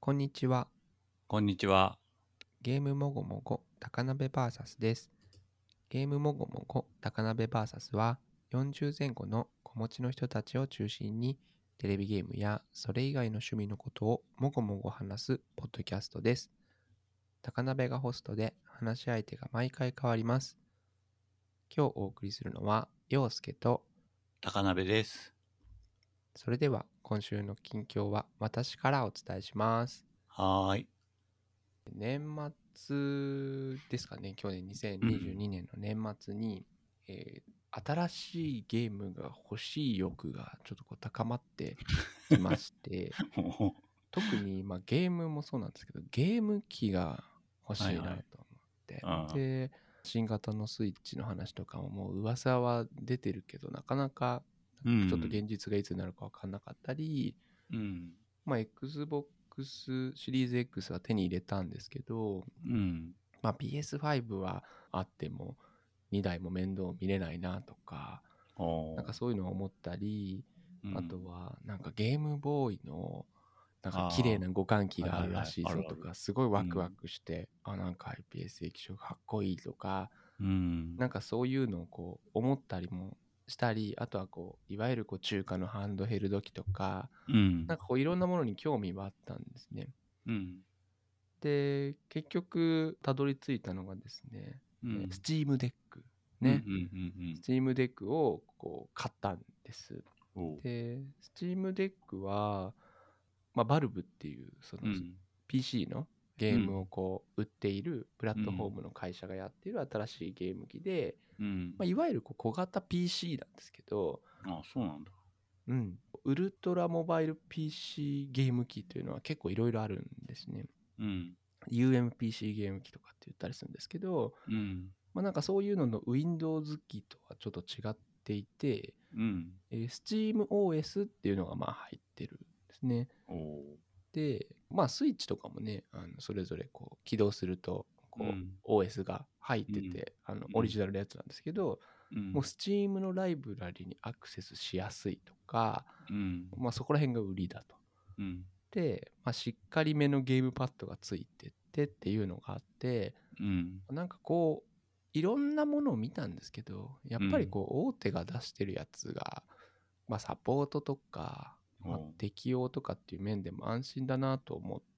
こんにちは。 こんにちは。 ゲームもごもご高鍋バーサスです。ゲームもごもご高鍋バーサスは40前後の子持ちの人たちを中心にテレビゲームやそれ以外の趣味のことをもごもご話すポッドキャストです。高鍋がホストで話し相手が毎回変わります。今日お送りするのは陽介と、 高鍋です。 それでは今週の近況は私からお伝えします。 はーい。 年末ですかね、去年2022年の年末に、新しいゲームが欲しい欲がちょっとこう高まってきまして、特にまあゲームもそうなんですけど、ゲーム機が欲しいなと思って、で、新型のスイッチの話とかももう噂は出てるけど、なかなかちょっと現実がいつになるか分かんなかったり、まあ Xbox シリーズ X は手に入れたんですけど、まあ PS5 はあっても2台も面倒見れないなとか、なんかそういうのを思ったり、あとはなんかゲームボーイのなんか綺麗な互換機があるらしいぞとか、すごいワクワクして、なんか IPS 液晶かっこいいとか、なんかそういうのをこう思ったりもしたり、あとはこういわゆるこう中華のハンドヘルド機とか、なんかこういろんなものに興味はあったんですね。で、結局たどり着いたのがですね、スチームデックね。スチームデックをこう買ったんです。で、スチームデックは、まあ、バルブっていうその PC のゲームをこう売っているプラットフォームの会社がやっている新しいゲーム機で、まあ、いわゆるこう小型 PC なんですけど、 そうなんだ。 ウルトラモバイル PC ゲーム機というのは結構いろいろあるんですね。UMPC ゲーム機とかって言ったりするんですけど、まあ、なんかそういうのの Windows 機とはちょっと違っていて、SteamOS っていうのがまあ入ってるんですね。で、まあスイッチとかもね、それぞれこう起動するとこう OS が入ってて、オリジナルのやつなんですけど、もう Steam のライブラリにアクセスしやすいとか、まあそこら辺が売りだと。で、まあ、しっかりめのゲームパッドがついてってっていうのがあって、なんかこういろんなものを見たんですけど、やっぱりこう大手が出してるやつが、まあ、サポートとか、まあ、適用とかっていう面でも安心だなと思って、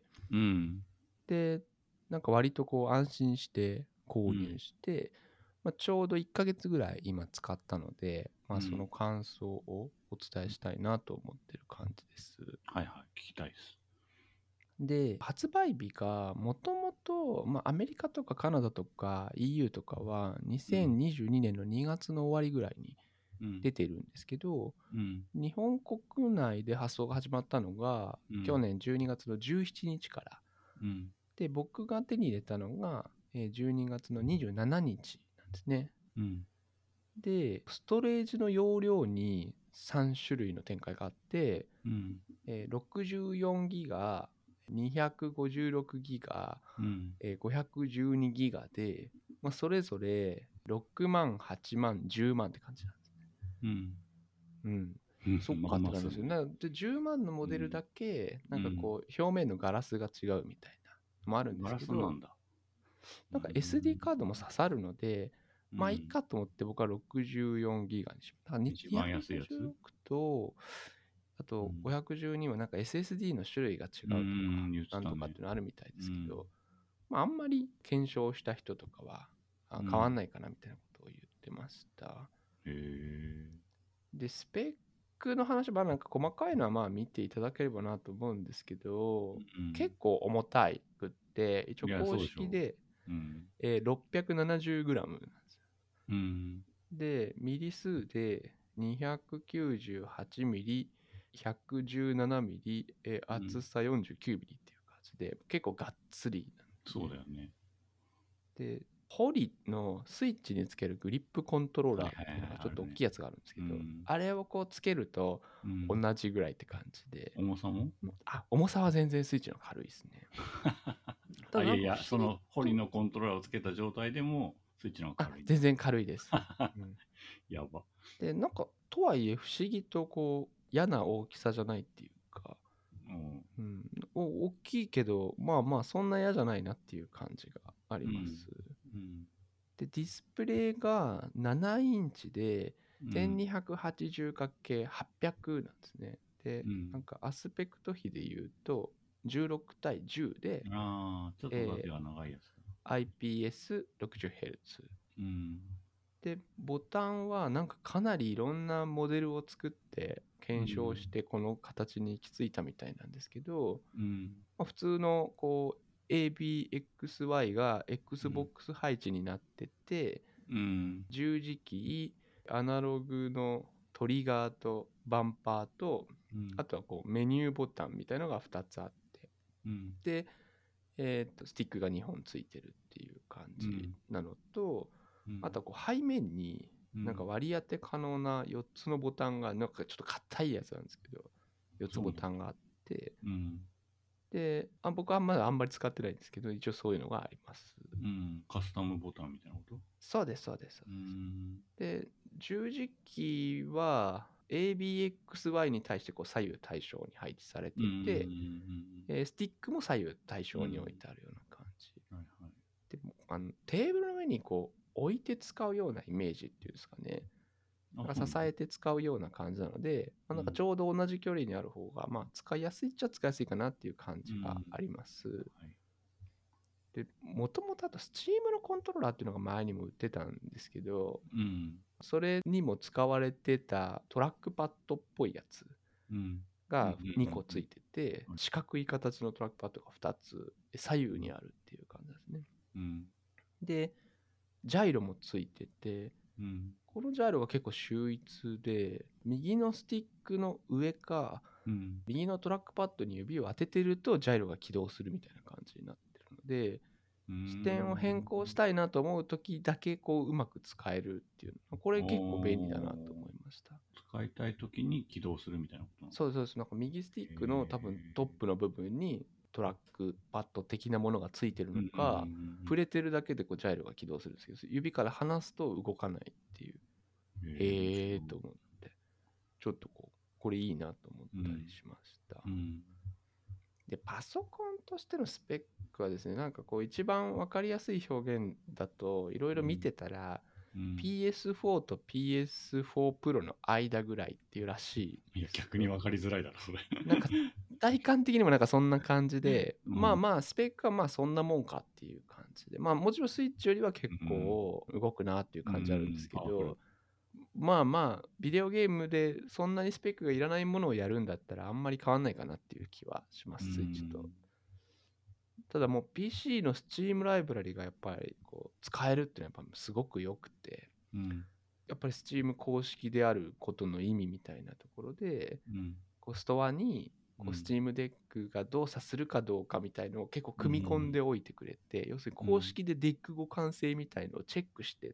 でなんか割とこう安心して購入して、まあ、ちょうど1ヶ月ぐらい今使ったので、まあ、その感想をお伝えしたいなと思ってる感じです。 はいはい、聞きたいです。 で、発売日がもともと、まあ、アメリカとかカナダとか EU とかは2022年の2月の終わりぐらいに出てるんですけど、日本国内で発送が始まったのが去年12月の17日から。で、僕が手に入れたのが12月の27日なんですね。で、ストレージの容量に3種類の展開があって、64ギガ、256ギガ、512ギガで、まあ、それぞれ6万、8万、10万って感じなんですね。そっかって感じですよね。で、10万のモデルだけ、なんかこう、表面のガラスが違うみたいなのもあるんですけど、なんか SD カードも刺さるので、まあいいかと思って僕は64ギガにしました。 一番安いやつ 256と、あと512はなんか SSD の種類が違うとか、なんとかっていうのあるみたいですけど、まああんまり検証した人とかは変わんないかなみたいなことを言ってました。で、スペックの話はなんか細かいのはまあ見ていただければなと思うんですけど、結構重たいくって、一応公式で670g なんですよ。で、ミリ数で298ミリ、117ミリ、厚さ49ミリっていう感じで、結構がっつりなんですね。 そうだよね。 で、ホリのスイッチにつけるグリップコントローラーっていうのがちょっと大きいやつがあるんですけど、あれをこうつけると同じぐらいって感じで。 重さも重さは全然スイッチの軽いですね。 いやいや、そのホリのコントローラーをつけた状態でもスイッチの方が軽い。 全然軽いです。 やば。 で、なんかとはいえ不思議とこう嫌な大きさじゃないっていうか、 うんうん、大きいけど、まあまあ、そんな嫌じゃないなっていう感じがあります。 うんで、ディスプレイが7インチで、 うん 1280×800 なんですね。で、 うんなんかアスペクト比で言うと、16対10で、 ああ、ちょっと縦が長いやつだ。 IPS60Hz。 うんで、ボタンはなんかかなりいろんなモデルを作って検証してこの形に行き着いたみたいなんですけど、 うんまあ、普通のこう ABXY が Xbox 配置になってて、 うん十字キー、アナログのトリガーとバンパーと、 うんあとはこうメニューボタンみたいのが2つあって、 うんで、スティックが2本ついてるっていう感じなのと、あとはこう背面になんか割り当て可能な4つのボタンが、なんかちょっと硬いやつなんですけど、4つボタンがあって、 うんで、僕はまだあんまり使ってないんですけど、一応そういうのがあります。 うんカスタムボタンみたいなこと？ そうです、そうです、そううです。 んで、十字キーは ABXY に対してこう左右対称に配置されうんうんていて、 うんスティックも左右対称に置いてあるような感じ。 はいはいでもテーブルの上にこう置いて使うようなイメージっていうんですかね。 あ、 なんか支そうなの？ えて使うような感じなので、まあ、なんかうんちょうど同じ距離にある方が、まあ、使いやすいっちゃ使いやすいかなっていう感じがうんあります。 はいで、もともとあと Steam のコントローラーっていうのが前にも売ってたんですけど、 うんそれにも使われてたトラックパッドっぽいやつうんが2個ついてて、 うん四角い形のトラックパッドが2つ左右にあるっていう感じですね。 うんで、ジャイロもついてて、 うんこのジャイロが結構秀逸で、右のスティックの上か、 うん右のトラックパッドに指を当ててるとジャイロが起動するみたいな感じになってるので、視点を変更したいなと思う時だけこううまく使えるっていうの、これ結構便利だなと思いました。 使いたいときに起動するみたいなことなの？ そうそうです。なんか右スティックの多分トップの部分にトラックパッド的なものがついてるのか、触れてるだけでこうジャイロが起動するんですけど、指から離すと動かないっていう、へーと思って、ちょっとこれいいなと思ったりしました。で、パソコンとしてのスペックはですね、なんかこう一番わかりやすい表現だと、いろいろ見てたら、PS4 と PS4 Pro の間ぐらいっていうらしい。 いや、逆に分かりづらいだろ、それ。 なんか体感的にもなんかそんな感じで、まあまあスペックはまあそんなもんかっていう感じで、まあもちろんスイッチよりは結構動くなっていう感じあるんですけど、まあまあビデオゲームでそんなにスペックがいらないものをやるんだったらあんまり変わんないかなっていう気はします、スイッチと。ただもう PC の Steam ライブラリがやっぱりこう使えるっていうのはやっぱすごく良くて、やっぱり Steam 公式であることの意味みたいなところで、こうストアにこう Steam デックが動作するかどうかみたいのを結構組み込んでおいてくれて、要するに公式でデック互換性みたいのをチェックしてって、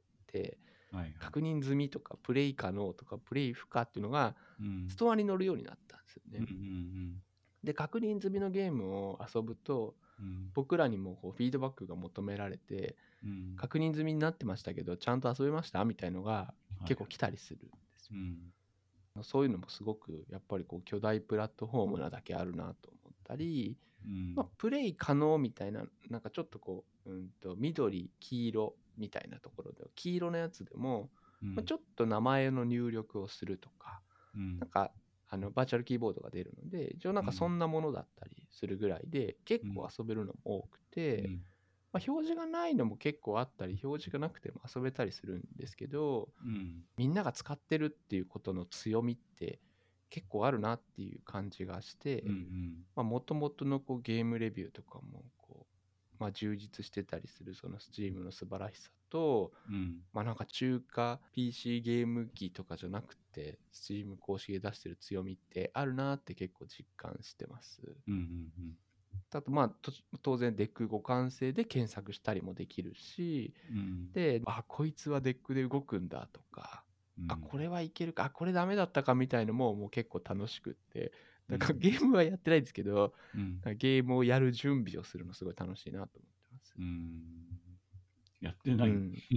確認済みとかプレイ可能とかプレイ不可っていうのがストアに載るようになったんですよね。で、確認済みのゲームを遊ぶと、僕らにもこうフィードバックが求められて、確認済みになってましたけどちゃんと遊べましたみたいのが結構来たりするんですよ。そういうのもすごくやっぱりこう巨大プラットフォームなだけあるなと思ったり、まあ、プレイ可能みたいな、なんかちょっとこう、緑黄色みたいなところで、黄色のやつでも、まあ、ちょっと名前の入力をするとか、なんかバーチャルキーボードが出るので、一応なんかそんなものだったりするぐらいで、結構遊べるのも多くて、まあ、表示がないのも結構あったり、表示がなくても遊べたりするんですけど、みんなが使ってるっていうことの強みって結構あるなっていう感じがして、もともとのこうゲームレビューとかもこう、まあ、充実してたりするその Steam の素晴らしさと、まあなんか中華 PC ゲーム機とかじゃなくて Steam 公式で出してる強みってあるなって結構実感してます。あとまあ当然デック互換性で検索したりもできるし、で、こいつはデックで動くんだとか、これはいけるか、これダメだったかみたいのももう結構楽しくって、だからゲームはやってないんですけど、ゲームをやる準備をするのすごい楽しいなと思ってます。 やってない。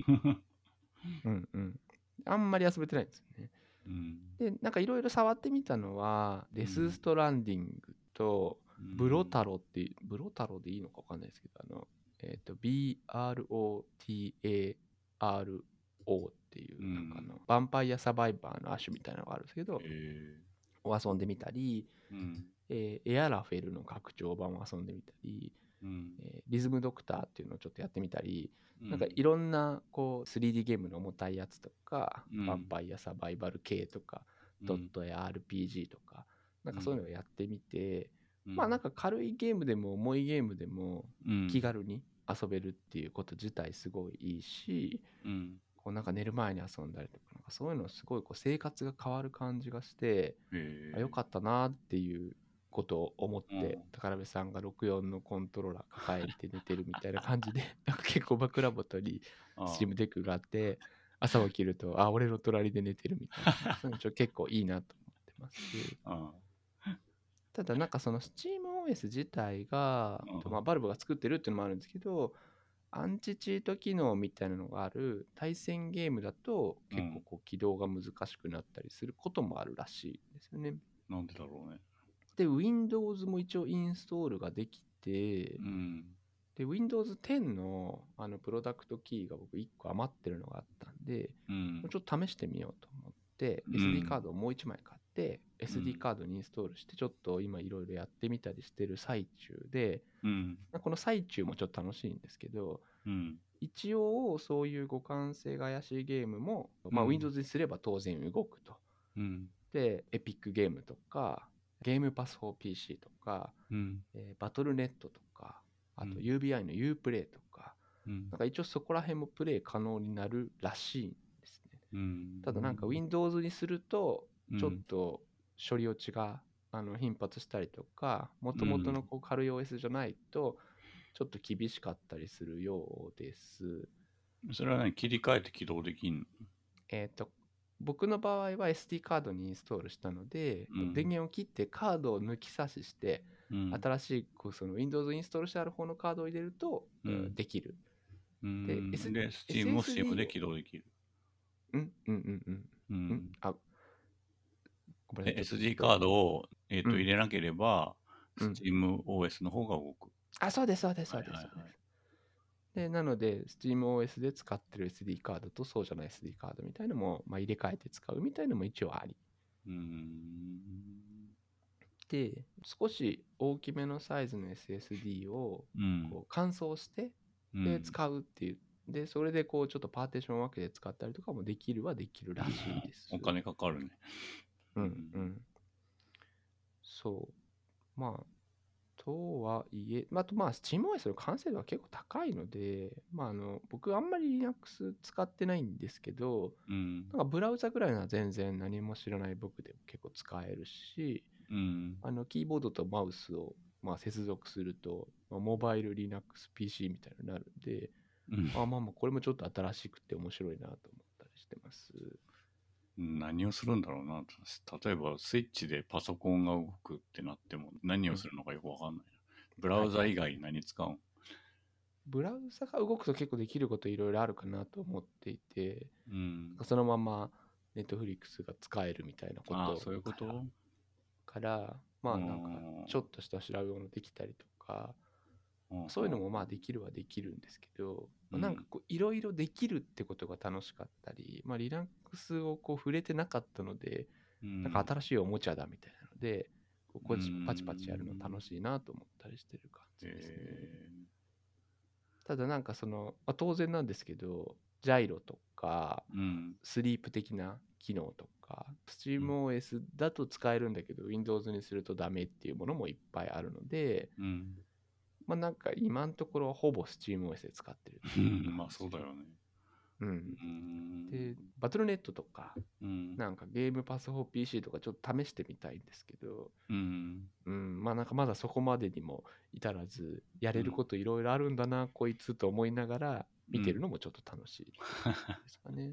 あんまり遊べてないんですよね。で、なんかいろいろ触ってみたのは、デスストランディングと、 ブロ太郎でいいのかわかんないですけど、BROTARO っていう、なんかヴァンパイアサバイバーの亜種みたいなのがあるんですけど、を遊んでみたり、エアラフェルの拡張版を遊んでみたり、リズムドクターっていうのをちょっとやってみたり、なんかいろんなこう 3D ゲームの重たいやつとか、ヴァンパイアサバイバル系とか、ドットや RPG とか、なんかそういうのをやってみて、まあなんか軽いゲームでも重いゲームでも気軽に遊べるっていうこと自体すごいいいし、こうなんか寝る前に遊んだりとか、なんかそういうのすごいこう生活が変わる感じがして、よかったなっていうことを思って、宝部さんが64のコントローラー抱えて寝てるみたいな感じで、なんか結構枕元にスチームデックがあって、朝起きると、俺の隣で寝てるみたいな、そういうの結構いいなと思ってます。ただなんかその SteamOS 自体が、まあ、バルブが作ってるっていうのもあるんですけど、アンチチート機能みたいなのがある対戦ゲームだと結構こう起動が難しくなったりすることもあるらしいですよね。 なんでだろうね。 で、Windows も一応インストールができて、で、Windows 10のプロダクトキーが僕1個余ってるのがあったんで、ちょっと試してみようと思って、SD カードをもう1枚買って、SD カードにインストールして、ちょっと今いろいろやってみたりしてる最中で、この最中もちょっと楽しいんですけど、一応そういう互換性が怪しいゲームも、まあ、Windows にすれば当然動くと。で、エピックゲームとか、ゲームパス 4PC とか、バトルネットとか、あと UBI の Uplay とか、なんか一応そこら辺もプレイ可能になるらしいんですね。ただなんか Windows にすると、ちょっと処理落ちが頻発したりとか、もともとのこう軽い OS じゃないと、ちょっと厳しかったりするようです。 それはね、切り替えて起動できんの？ 僕の場合は SD カードにインストールしたので、電源を切ってカードを抜き差しして、新しいその Windows インストールしてある方のカードを入れると、できる。 で、Steam も Steam で起動できる。SD カードを、入れなければ、SteamOS の方が動く。 そうです。で、なので、SteamOS で使ってる SD カードとそうじゃない SD カードみたいなのも、まあ、入れ替えて使うみたいなのも一応あり。で、少し大きめのサイズの SSD をこう乾燥してで使うっていう。で、それでこうちょっとパーテーション分けで使ったりとかもできるはできるらしいです。 お金かかるね。 そう。まあ、とはいえ、あとまあ、SteamOS の完成度は結構高いので、まあ僕あんまり Linux 使ってないんですけど、なんかブラウザぐらいなら全然何も知らない僕でも結構使えるし、キーボードとマウスをまあ接続すると、モバイル Linux PC みたいになるんで、まあこれもちょっと新しくて面白いなと思ったりしてます。 何をするんだろうな。例えばスイッチでパソコンが動くってなっても何をするのかよくわかんない。ブラウザ以外何使うん？ ブラウザが動くと結構できることいろいろあるかなと思っていて、そのままネットフリックスが使えるみたいなことそういうことからまあなんかちょっとした調べ物できたりとか、そういうのもまあできるはできるんですけど、なんかこういろいろできるってことが楽しかったり、まあ Linux をこう触れてなかったので、なんか新しいおもちゃだみたいなので、こうパチパチやるの楽しいなと思ったりしてる感じですね。ただなんか当然なんですけど、ジャイロとか、スリープ的な機能とか、SteamOS だと使えるんだけど、Windows にするとダメっていうものもいっぱいあるので、まあなんか今のところはほぼ SteamOS で使ってるっていう。 まあそうだよね。 で、バトルネットとか、なんかゲームパス 4PC とかちょっと試してみたいんですけど、まあなんかまだそこまでにも至らず、やれることいろいろあるんだな、こいつと思いながら見てるのもちょっと楽しいですかね。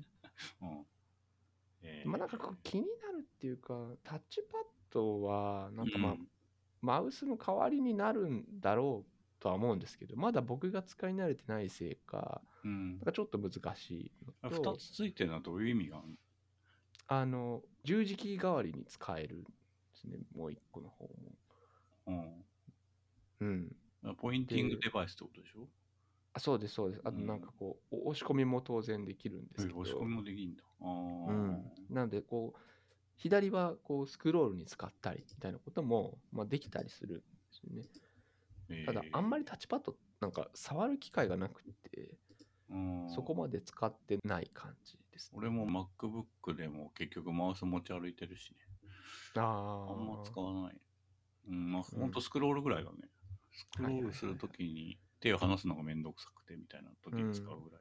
まあなんか気になるっていうか、タッチパッドはなんかまあ、マウスの代わりになるんだろうとは思うんですけど、まだ僕が使い慣れてないせいか、なんかちょっと難しいのと、 2つついてるのはどういう意味があるの？ 十字キー代わりに使えるんですね、もう一個の方も。 うん。 ポインティングで、 デバイスってことでしょ？ そうです、そうです。あとなんかこう、押し込みも当然できるんですけど、 押し込みもできんだ。 うん。なので、こう、左はこうスクロールに使ったりみたいなことも、まあ、できたりするんですよね。ただ、あんまりタッチパッドなんか触る機会がなくて、そこまで使ってない感じですね。 俺も MacBook でも結局マウス持ち歩いてるしね。あんまああ、 使わない。まあうん。 ほんとスクロールぐらいだね。スクはいはいはいロールするはい。 ときに手を離すのがめんどくさくてみたいな時に使うぐらい。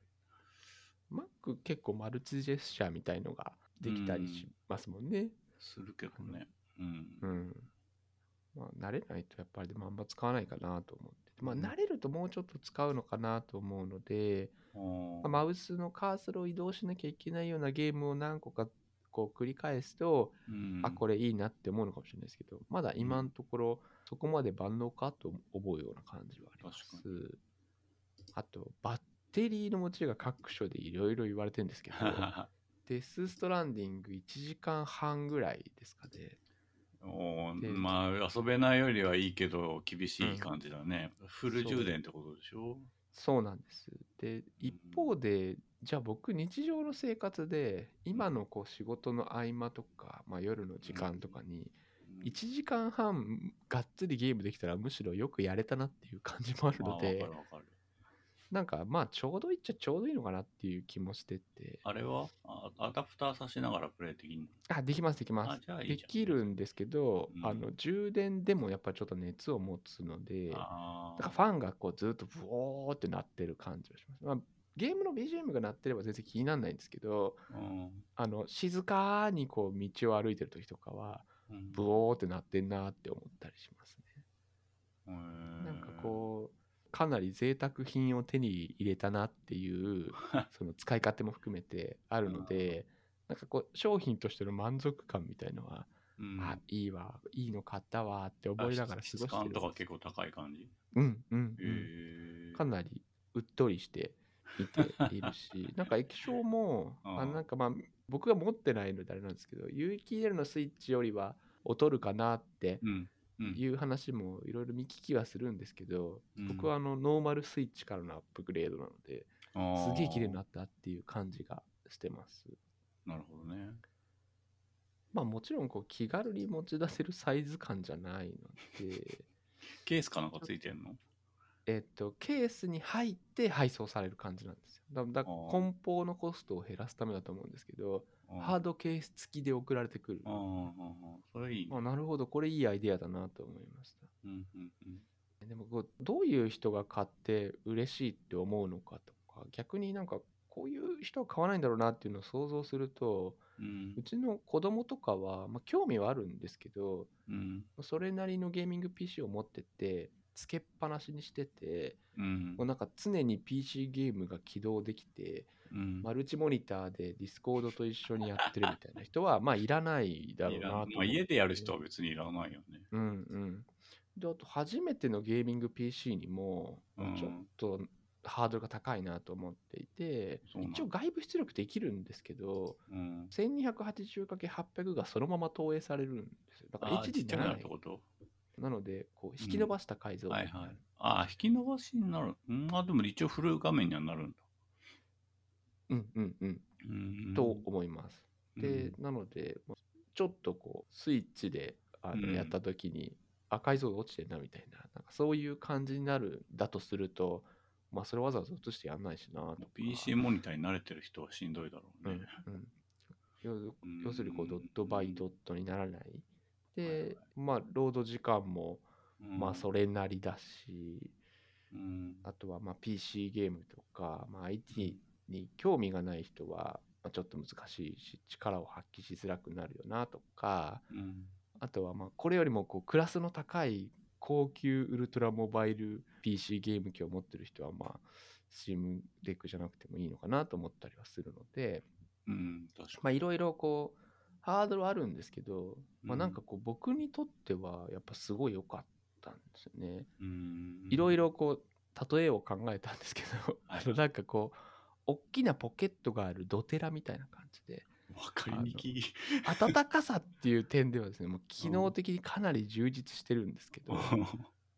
Mac 結構マルチジェスチャーみたいのがうできたりしん。 ますもんね。 するけどあの、 ね。うん。 うん。まあ、慣れないとやっぱりでもあんま使わないかなと思ってて、まあ、 うん慣れるともうちょっと使うのかなと思うので、 あーマウスのカーソルを移動しなきゃいけないようなゲームを何個かこう繰り返すと、あ、 うんこれいいなって思うのかもしれないですけど、まだ今のうんところそこまで万能かと思うような感じはありま確かに。 す。あと、バッテリーの持ちが各所でいろいろ言われてるんですけど、デスストランディング1時間半ぐらいですかね。で、 まあ遊べないよりはいいけど厳うん、 しい感じだね。フル充そう、 電ってことでしょ？ そうなんです。で、 うん一方で、じゃあ僕日常の生活で、今のこう仕事の合間とか、まあ、夜の時間とかに、1時間半がっつりゲームできたらむしろよくやれたなっていう感じもあるまあわかので、 るわかる。 なんかまあちょうどいいっちゃちょうどいいのかなっていう気もしてて、 あれはアダプターさしながらプレイできんの？ あ、できます、できまあ、 す。 じゃあいいでじゃん別きるんですけど、 に。うん。 充電でもやっぱりちょっと熱を持つので、なんかあファンがこうずっとブオーって鳴ってる感じがします。まあ、ゲームの BGM が鳴ってれば全然気にならないんですけど、 あ、うん。 静かにこう道を歩いてる時とかは、 うんブオーって鳴ってんなって思ったりしますね。 へなんかーこう、かなり贅沢品を手に入れたなっていう、その使い勝手も含めてあるので、なんかこう、商品としての満足感みたいのは、あ、 うん。 いいわ、いいの買ったわってあ、 思いながら過ごして質感るんです。 とか結構高い感じ？ うんうんへうん。 え。 かなりうっとりして見ているし、なんか液晶も、 あなんかまあ、僕が持ってないのであれなんですけど、有機 EL のスイッチよりは劣るかなってうんうんいう話もいろいろ見聞きはするんですけど、僕うん。 はノーマルスイッチからのアップグレードなので、 あすげえ綺麗になっあ、 たっていう感じがしてます。 なるほどね。 まあもちろんこう気軽に持ち出せるサイズ感じゃないので、 ケースかなんかちょついてんの？ ケースに入って配送される感じなんですよ。だあ梱包のコストを減らすためだと思うんですけど、 あ、 ハードケース付きで送られてくる。 ああ、それいいね。 まあ、なるほど、これいいアイデアだなと思いました。 うんうんうんでもこう、どういう人が買って嬉しいって思うのかとか、逆になんかこういう人は買わないんだろうなっていうのを想像すると、 うんうちの子供とかは、まあ、興味はあるんですけど、 うんそれなりのゲーミング PC を持ってて、つけっぱなしにしてて、 うんもうなんか常に PC ゲームが起動できて、 うんマルチモニターでディスコードと一緒にやってるみたいな人は、まあいらないだろうなとまあ思っ家でやる人て。 は別にいらないよね。 うんうん。で、あと初めてのゲーミング PC にも、ちょっうんとハードルが高いなと思っていて、 そうなんだ。 一応外部出力できるんですけど、 うん。 1280×800 がそのまま投影されるんですよ。だからああ、ち HD っちゃくにならない。 なるってこと？ なので、こう引き伸うん。 ばした解像度になる。 はいはい。ああ、引き伸ばしになる。まあでも一応フル画面にはなるんだ。 うんうんうん。 うんと思います。で、 うんなので、ちょっとこう、スイッチでやっうん。 た時に、解像度落ちてんなみたいな、なんかそういう感じになるだとすると、まあ、それわざわざ映してやんないしなとか、 PC モニターに慣れてる人はしんどいだろうね。 うんうん。要う要するにこう、ドッん。 トバイドットにならない。 はいはい。 で、まあ、ロード時間も、まあ、 うんそれなりだし、 うんあとはまあ PC ゲームとか、まあ、IT に興味がない人はまあちょっと難しいし力を発揮しづらくなるよなとか、 うんあとはまあこれよりもこうクラスの高い高級ウルトラモバイル PC ゲーム機を持ってる人はまあ Steam デックじゃなくてもいいのかなと思ったりはするので、 うん確かまあいろいろこうハードルあるんですけど、 に。 まあなんかこう僕にとってはやっぱすごい良かったんですよね。 うんいろいろこう例えを考えたんですけどはいなんかこう大きなポケットがあるドテラみたいな感じで、 わかりにくい。 暖かさっていう点ではですねもう機能うん的にかなり充実してるんですけど、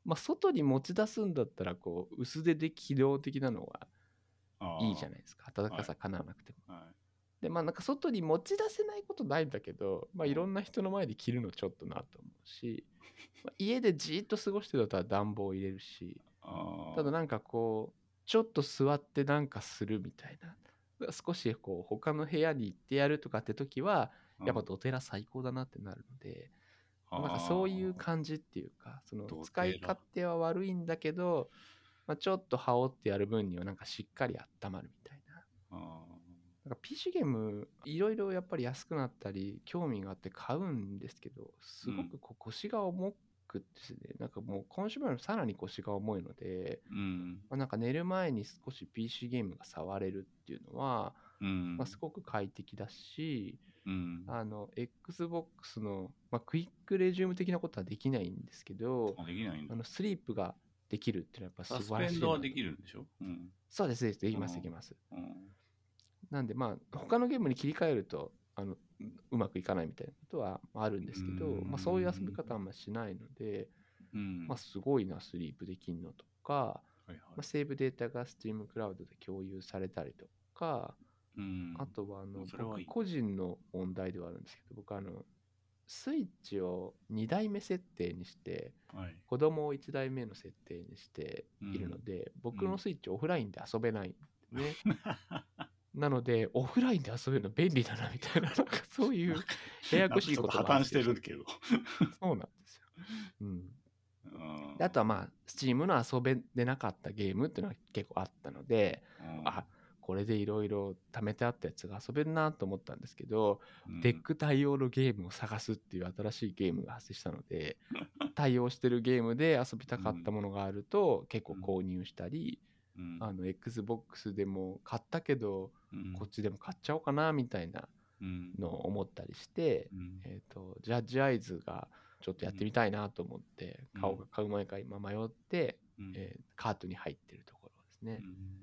まあ、外に持ち出すんだったらこう薄手で機動的なのがいいじゃないですか、暖かさかなわなくても。 はい。 でまあなんか外に持ち出せないことないんだけど、まあ、いろんな人の前で着るのちょっとなと思うし、まあ、家でじーっと過ごしてると暖房入れるし、ただなんかこうちょっと座ってなんかするみたいな、少しこう他の部屋に行ってやるとかって時はやっぱ土手ら最高だなってなるので、なんかそういう感じっていうか、その使い勝手は悪いんだけど、まあ、ちょっと羽織ってやる分にはなんかしっかり温まるみたいな。なんか PC ゲームいろいろやっぱり安くなったり興味があって買うんですけど、すごくこう腰が重くってですね、なんかもう今週までさらに腰が重いので、まあ、なんか寝る前に少し PC ゲームが触れるっていうのは、まあ、すごく快適だし、Xbox の、まあ、クイックレジューム的なことはできないんですけど、 できないんだ。 スリープができるっていうのはやっぱ素サス晴らしいなと。 ペンドはできるんでしょ？ そうです、できます、できます。なんでまあ他のゲームに切り替えるとうまくいかないみたいなことはあるんですけど、まあ、そういう遊び方はあんましないので、まあ、すごいなスリープできるのとか、まあ、セーブデータが Steam クラウドで共有されたりとか、あとは僕個人の問題ではあるんですけど、僕スイッチを2代目設定にして、子供を1代目の設定にしているので、僕のスイッチオフラインで遊べないんですね。なのでオフラインで遊べるの便利だなみたいな、なんかそういうややこしいことがあって。 破綻してるけど。 そうなんですよ。であとはまあ Steam の遊べでなかったゲームっていうのは結構あったので、これでいろいろ貯めてあったやつが遊べるなと思ったんですけど、デック対応のゲームを探すっていう新しいゲームが発生したので、対応してるゲームで遊びたかったものがあると結構購入したり、Xbox でも買ったけど、こっちでも買っちゃおうかなみたいなのを思ったりして、ジャッジアイズがちょっとやってみたいなと思って、買う前か今迷って、カートに入ってるところですね。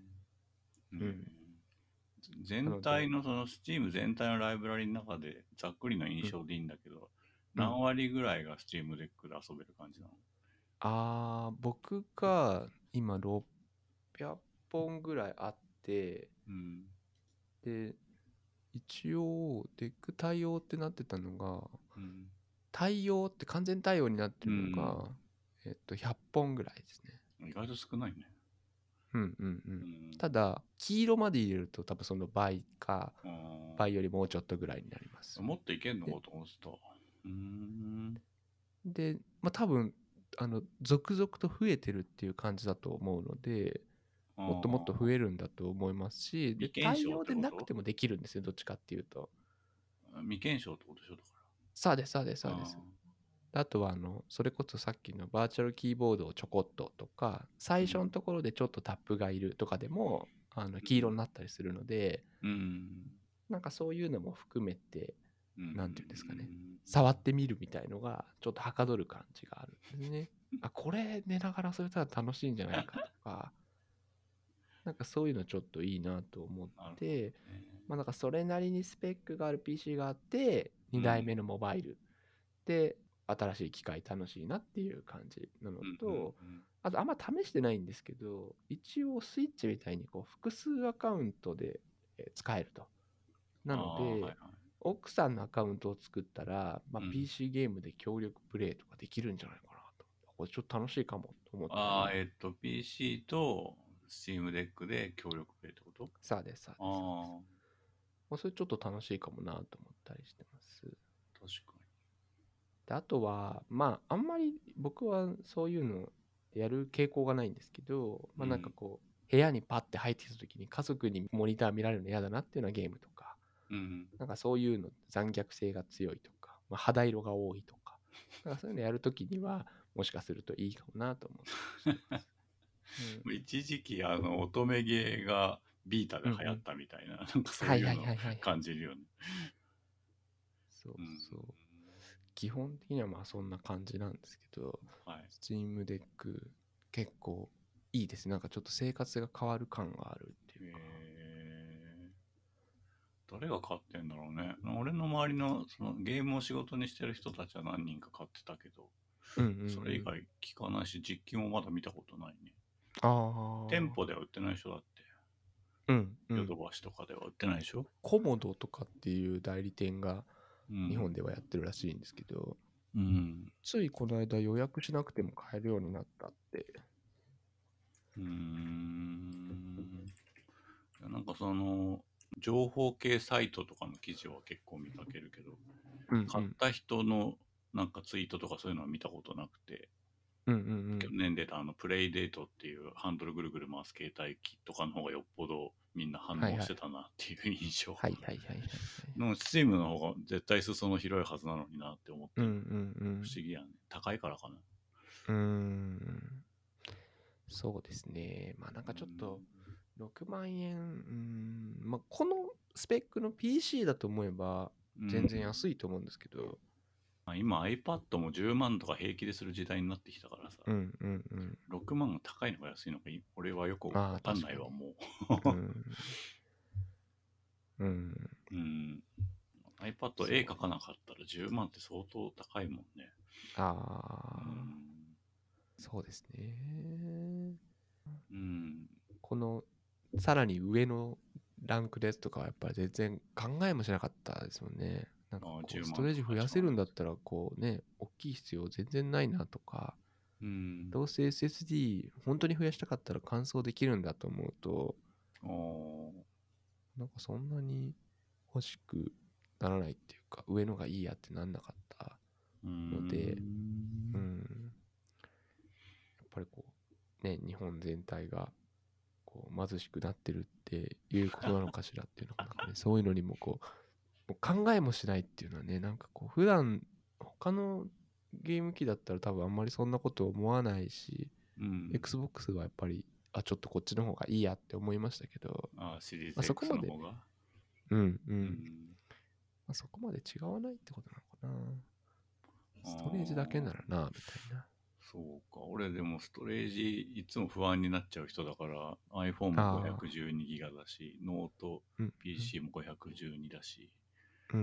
全体のその Steam 全体のライブラリの中でざっくりの印象でいいんだけど、何割ぐらいが Steam デックで遊べる感じなの？ 僕が今600本ぐらいあって、で一応デック対応ってなってたのが、対応って完全対応になってるのが、100本ぐらいですね。 意外と少ないね。 ただ黄色まで入れると多分その倍か倍よりもうちょっとぐらいになります。 もっといけんのかと思ってた。 で、まあ、多分続々と増えてるっていう感じだと思うので、もっともっと増えるんだと思いますし、で対応でなくてもできるんですよ、どっちかっていうと。 未検証ってことでしょ？だから。 そうですそうですそうです。あとはそれこそさっきのバーチャルキーボードをちょこっととか、最初のところでちょっとタップがいるとかでも黄色になったりするので、なんかそういうのも含めて、なんていうんですかね、触ってみるみたいのがちょっとはかどる感じがあるんですね。これ寝ながら遊べたら楽しいんじゃないかとか、なんかそういうのちょっといいなと思って、まあなんかそれなりにスペックがある PC があって、2代目のモバイルで新しい機械楽しいなっていう感じなのと、あとあんま試してないんですけど、一応スイッチみたいにこう複数アカウントで使えると。なので、奥さんのアカウントを作ったら、まあ、PC ゲームで協力プレイとかできるんじゃないかなと。これちょっと楽しいかもと思ったり。 PC と Steam デックで協力プレイってこと？ そうです、そうです。まあ、それちょっと楽しいかもなと思ったりしてます。 確かに。 であとは、まあ、あんまり僕はそういうのやる傾向がないんですけど、まあ、なんかこう、部屋にパッて入ってきた時に家族にモニター見られるの嫌だなっていうようなゲームとか、なんかそういうの残虐性が強いとか、まあ、肌色が多いとか、なんかそういうのやるときにはもしかするといいかもなと思ってます。 一時期乙女ゲーがビータで流行ったみたいな、なんかそういうのを感じるよね。 そうそう。基本的にはまあそんな感じなんですけど、Steam デック結構いいですね。なんかちょっと生活が変わる感があるっていうか。 誰が買ってんだろうね。俺の周りのそのゲームを仕事にしてる人たちは何人か買ってたけど、 うんうんそれ以外聞かないし、実機もまだ見たことないね。 あ店舗では売ってないでしょ、だって。 あ。うんうヨドん。 バシとかでは売ってないでしょ。 コモドとかっていう代理店が日本うん。 ではやってるらしいんですけど、 うん。 ついこの間予約しなくても買えるようになったって。 うーん。なんかその、情報系サイトとかの記事は結構見かけるけど、買っうんうん。 た人のなんかツイートとかそういうのは見たことなくて、 うんうん去年出たプレイデートっていうハンドルぐるぐる回す携帯機とかの方がよっぽどみんな反はいはい。 応してたなっていう印象。 はいはいはいはいはい。 のスチームの方が絶対裾野広いはずなのになって思ってうんうる。 ん不思議やね。高いからかな。 うん。そうですね。まあなんかちょっと6万円、まあこのスペックの PC だと思えば全然安いと思うんですけど、 まあ、今 iPad も10万とか平気でする時代になってきたからさ、 うんうんうん。 6万が高いのか安いのか俺はよくわああ、 かん確かに。 ないわもうう。 ん。うん。 うん。iPad 絵そう。 描かなかったら10万って相当高いもんね。 あうあ、 ん。 そうですね。 うん。 このさらに上のランクですとかはやっぱり全然考えもしなかったですもんね。なんかああ、10 こうスト万とかレージ増や 8万円。 せるんだったらこうね、大きい必要全然ないなとか、 うん。 どうせ SSD 本当に増やしたかったら乾燥できるんだと思うと、 ああ。 なんかそんなに欲しくならないっていうか、上のがいいやってなんなかったうーので、うん。 ん、やっぱりこう、ね、日本全体がこう貧しくなってるっていうことなのかしらっていうのが、なんかね、そういうのにもこう、もう考えもしないっていうのはね、なんかこう、普段、他のゲーム機だったら多分あんまりそんなこと思わないし、 うん。 Xbox はやっぱり、あ、ちょっとこっちの方がいいやって思いましたけど、 ああ、シリーまあ、 ズそこ X まで、 の方が。 うんううん、 ん。 まあ、そこまで違わないってことなのかな。 あストレージだけならあ。 な、みたいな。 そうか。俺でもストレージいつも不安になっちゃう人だから iPhone もああ、 512ギガだし、ノートうんうん、 PC も512だし、 うんうん。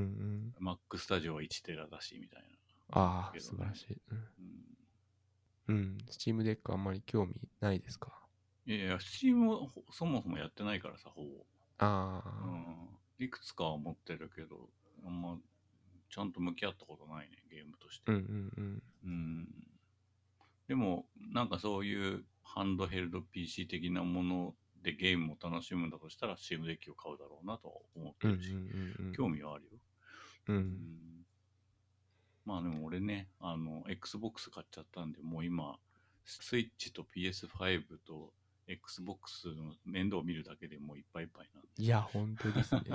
Mac Studio は1テラだしみたいな感じだああ、 けどね。 素晴らしい。うん。 うん、 うん。Steam Deck あんまり興味ないですか？ いやいや、Steam はそもそもやってないからさ、ほぼ。 あうん。いくつかは持ってるけど、あんまちゃんと向き合ったことないね、ゲームとして。 あ、うんうんうん。でも、なんかそういうハンドヘルド PC 的なものでゲームを楽しむんだとしたら Steam デッキを買うだろうなとは思っうん。うんてるし、 うん興味はあるよ。 うんうん。ううん。 ん。まあでも俺ね、Xbox 買っちゃったんで、もう今、スイッチと PS5 と Xbox の面倒を見るだけでもういっぱいいっぱいなんで。 いや、本当ですね。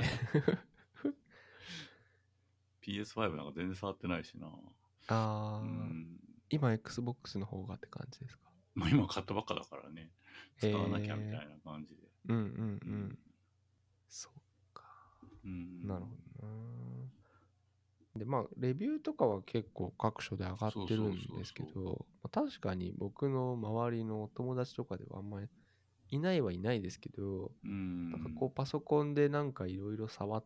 PS5 なんか全然触ってないしな。うああ、 ん。 今 Xbox の方がって感じですか？ まあ今買ったばっかだからね、使わなきゃみたえいな感じで。 うんうんうん。 うん。そっか。 うん。 なるほどな。で、まあ、レビューとかは結構各所で上がってるそうそうんですそうそう。 けど、まあ、確かに僕の周りのお友達とかではあんまりいないはいないですけど、 うなんかん。 こうパソコンでなんかいろいろ触って、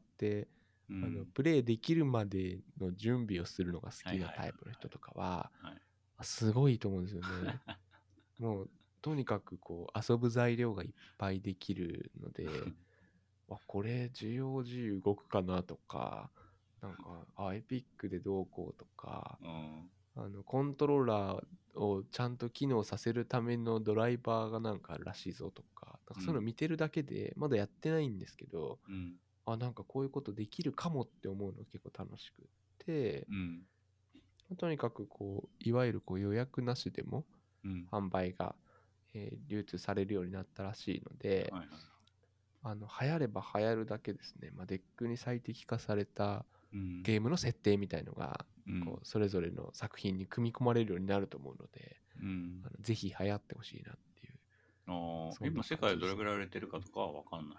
うん。 プレイできるまでの準備をするのが好きなはいはいはいタイプの人とかは、 はい。はい。 すごいと思うんですよね。もう、とにかくこう遊ぶ材料がいっぱいできるので、これ GOG 動くかなとか、なんか、エピックでどうこうとか、 うん。 コントローラーをちゃんと機能させるためのドライバーがなんかあるらしいぞとか、なんかそういうの見てるだけで、まだやってないんですけど、 うん。 なんかこういうことできるかもって思うのが結構楽しくって、 うん。 とにかくこう、いわゆるこう予約なしでもうん。 販売が、流通されるようになったらしいので、 はいはい。 流行れば流行るだけですね、まあ、デックに最適化されたうん。 ゲームの設定みたいのが、 うん。 こうそれぞれの作品に組み込まれるようになると思うので、 うん。 ぜひ流行ってほしいなっていう、 ああ、 そんな今世界でどれ感じですね。 ぐらい売れてるかとかはわかんない。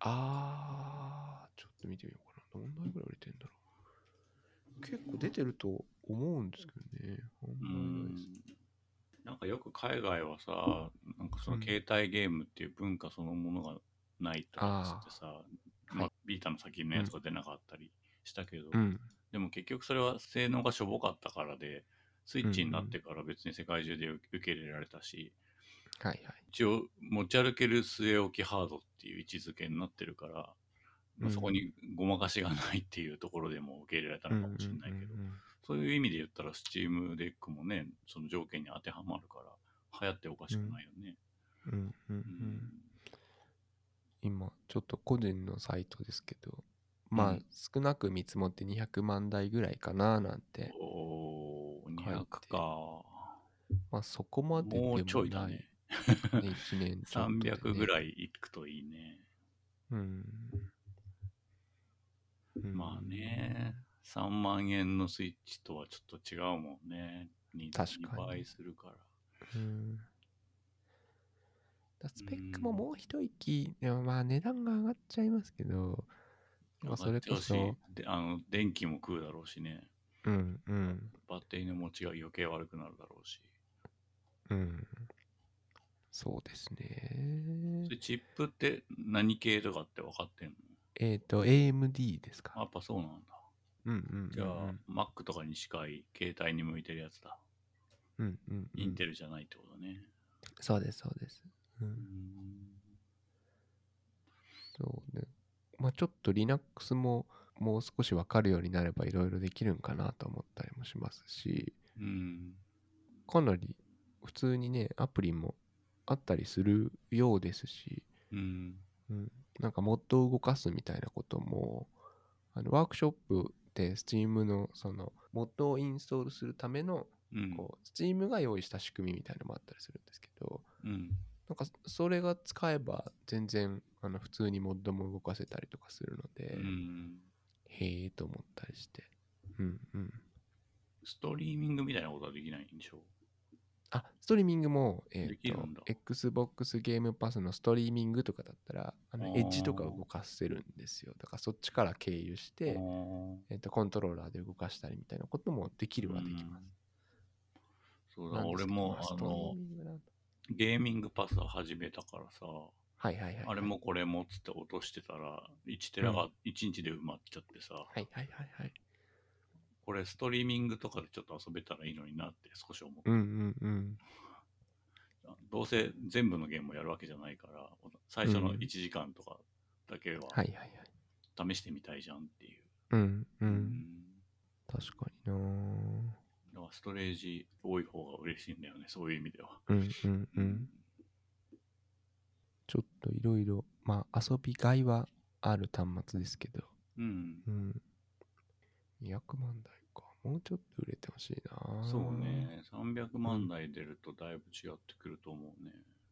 ちょっと見てみようかな。どんなぐらい売れてんだろう。結構出てると思うんですけどね。あんうまりないです。 ん。なんかよく海外はさ、なんかそのうん。 携帯ゲームっていう文化そのものがないとかっつってさ、まあ、 はい。 ビータの先のうん。 やつが出なかったりしたけど、 うん。 でも結局それは性能がしょぼかったからで、 スイッチになってから別に世界中で受け入れられたし、 はいはい。 一応持ち歩ける据え置きハードっていう位置づけになってるから、まあ、そこにごまかしがないっていうところでも受け入れられたのかもしれないけど、そういう意味で言ったら Steam デックもね、その条件に当てはまるから流行っておかしくないよね。 今ちょっと個人のサイトですけど、まあ少なく見積もって200万台ぐらいかななんておー、 書い 200 て、 か。 まあそこまでもうでもちょいだね。 ないね、1年ちょっとで 300ぐね。 らいいくといいね。まあね、3万円のスイッチとはちょっと違うもんね。 確かに 2倍するから。 スペックももう一息、でもまあ値段が上がっちゃいますけど、まあそれこそ、 で電気も食うだろうしね。バッテリーの持ちが余計悪くなるだろうし。 そうですね。 それチップって何系とかって分かってんの ？AMD ですか。 やっぱそうなんだ。じゃあ、Mac とかに近い携帯に向いてるやつだ。インテルじゃないってことね。 そうです、そうです。そうね。まあちょっと Linux ももう少し分かるようになればいろいろできるんかなと思ったりもしますし、かなり普通にね、アプリもあったりするようですし、なんかモッドを動かすみたいなことも、ワークショップで Steam のそのモッドをインストールするための、こう Steam が用意した仕組みみたいなのもあったりするんですけど、なんかそれが使えば全然普通にモッドも動かせたりとかするので、へえと思ったりして。 ストリーミングみたいなことはできないんでしょう？ ストリーミングも、 できるんだ。 Xbox ゲームパスのストリーミングとかだったら、エッジとか動かせるんですよ。だからそっちから経由して、コントローラーで動かしたりみたいなこともできるはできます。 そうだ、俺もゲーミングパスを始めたからさ、あれもこれもっつって落としてたら、1テラが1日で埋まっちゃってさ、これストリーミングとかでちょっと遊べたらいいのになって少し思って。どうせ全部のゲームをやるわけじゃないから、最初の1時間とかだけは試してみたいじゃんっていう。 確かにな。 ストレージ多い方が嬉しいんだよね、そういう意味では。 ちょっといろいろ、まあ遊びがいはある端末ですけど、200万台か。もうちょっと売れてほしいな。 そうね、300万台出るとだいぶ違ってくると思うね。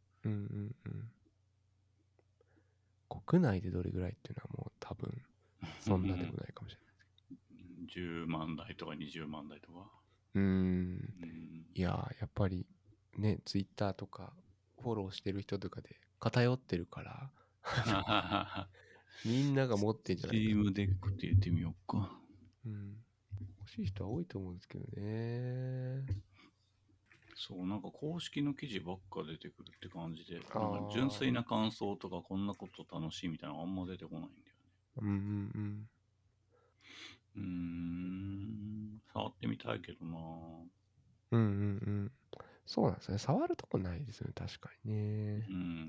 国内でどれぐらいっていうのはもう多分そんなでもないかもしれないです10万台とか20万台とか。 いややっぱりね、ツイッターとかフォローしてる人とかで偏ってるからみんなが持ってんじゃないか。 Steam デックって言ってみようか。 欲しい人は多いと思うんですけどね。 そう、なんか公式の記事ばっか出てくるって感じで、なんか純粋な感想とかこんなこと楽しいみたいなのあんま出てこないんだよね。触ってみたいけどな。 そうなんですね。触るとこないですよね、確かにね。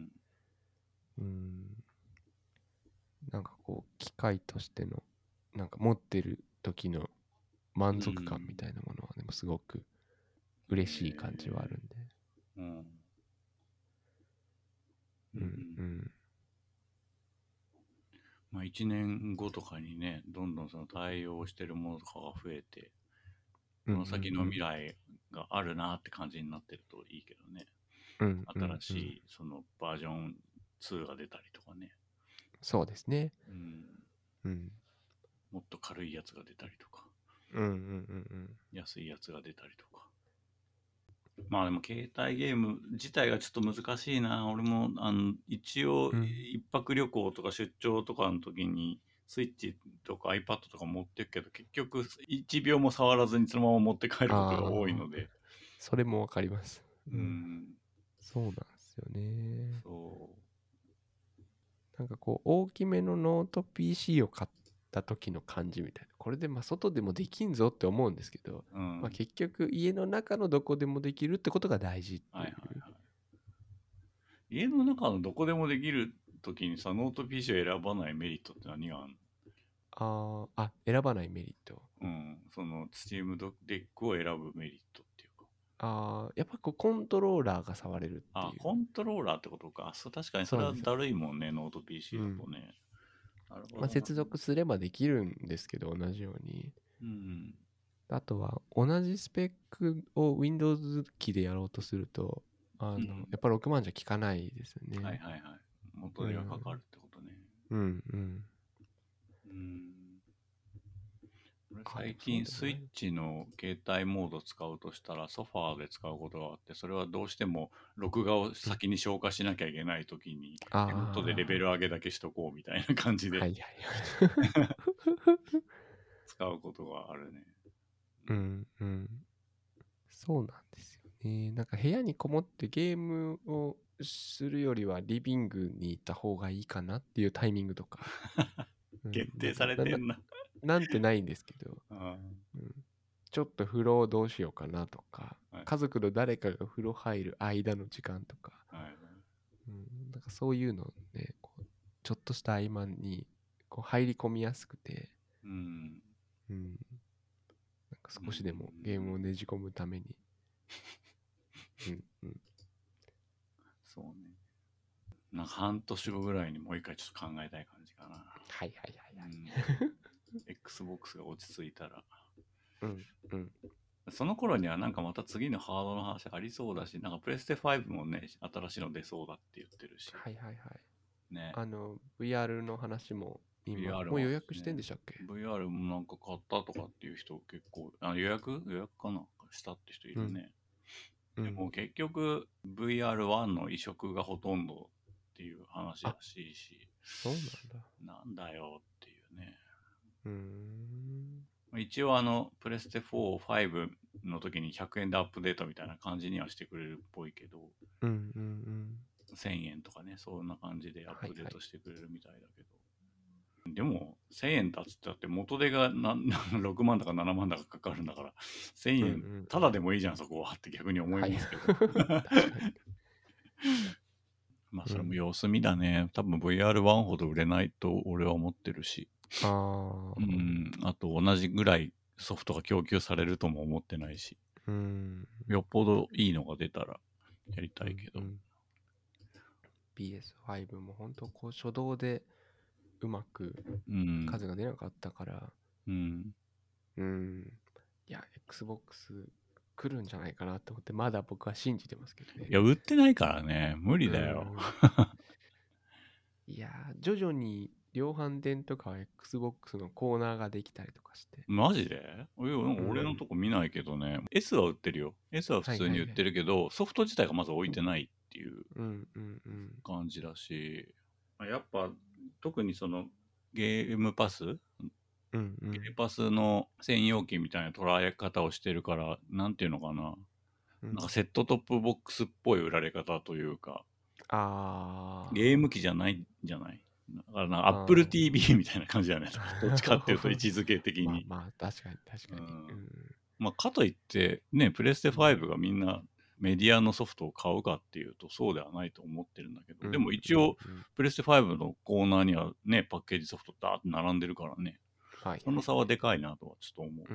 なんかこう、機械としての、なんか持ってる時の満足感みたいなものはでもすごく嬉しい感じはあるんで。 まあ1年後とかにね、どんどんその対応してるものとかが増えて、この先の未来があるなって感じになってるといいけどね。新しいそのバージョン2が出たりとかね。 そうですね。 もっと軽いやつが出たりとか。安いやつが出たりとか。まあでも携帯ゲーム自体がちょっと難しいな。俺も一応一泊旅行とか出張とかの時にスイッチとか iPad とか持ってくけど、結局1秒も触らずにそのまま持って帰ることが多いので。 それもわかります。そうなんですよね。なんかこう大きめのノート PC を買った時の感じみたいな。これでまあ外でもできんぞって思うんですけど、まあ、結局家の中のどこでもできるってことが大事っていう。はいはいはい、 家の中のどこでもできる時にさ、ノート PC を選ばないメリットって何があるの？選ばないメリット。 その Steam デックを選ぶメリットっていうか。やっぱこうコントローラーが触れるっていう。 コントローラーってことか。確かにそれはだるいもんね、ノート PC だとね。 なるほど。まあ、接続すればできるんですけど、同じように。あとは、同じスペックを Windows 機でやろうとすると、やっぱ6万じゃ効かないですよね。 はいはいはい。元手がかかるってことね。最近スイッチの携帯モード使うとしたらソファーで使うことがあって、それはどうしても録画を先に消化しなきゃいけないときに、手元でレベル上げだけしとこうみたいな感じで、はいはい、使うことがあるね。 そうなんですよね。なんか部屋にこもってゲームをするよりはリビングに行った方がいいかなっていうタイミングとか。 限定されてんな。 なんてないんですけど、ちょっと風呂どうしようかなとか、家族の誰かが風呂入る間の時間とか、なんかそういうのね、こうちょっとした合間にこう入り込みやすくて、なんか少しでもゲームをねじ込むために。 そうね。なんか半年後ぐらいにもう一回ちょっと考えたい感じかな。 はいはいはいはい。 Xbox が落ち着いたら。その頃にはなんかまた次のハードの話ありそうだし、なんかプレステ5もね、新しいの出そうだって言ってるし。 はいはいはい。 ね。 VR の話も今、 VR もう予約してんでしたっけ？ VR もなんか買ったとかっていう人結構、予約かなしたって人いるね。でも結局 VR1 の移植がほとんどっていう話らしいし。 そうなんだ。 なんだよっていうね。一応プレステ4、5の時に100円でアップデートみたいな感じにはしてくれるっぽいけど、1000円とかね、そんな感じでアップデートしてくれるみたいだけど。でも、1000円だっつったって元手が6万だか7万だかかかるんだから、1000円、ただでもいいじゃん、そこはって逆に思いますけど。まあ、それも様子見だね。多分 VR1 ほど売れないと俺は思ってるし。あと同じぐらいソフトが供給されるとも思ってないし。よっぽどいいのが出たらやりたいけど。 PS5 も本当こう初動でうまく数が出なかったから、いや、Xbox 来るんじゃないかなと思って、まだ僕は信じてますけどね。 いや、売ってないからね、無理だよ。 いや、徐々に量販店とかは Xbox のコーナーができたりとかして。 マジで？俺のとこ見ないけどね。S は売ってるよ。S は普通に売ってるけど、ソフト自体がまず置いてないっていう感じだし、やっぱ特にそのゲームパス、ゲーパスの専用機みたいな捉え方をしてるから、なんていうのかな。なんかセットトップボックスっぽい売られ方というか、ゲーム機じゃないんじゃない？だからな、Apple TV みたいな感じだね。どっちかっていうと位置づけ的に。 まあ確かに確かに。 まあかといってね、プレステ5がみんなメディアのソフトを買うかっていうとそうではないと思ってるんだけど、でも一応プレステ5のコーナーにはね、パッケージソフトダーって並んでるからね。その差はでかいなとはちょっと思う。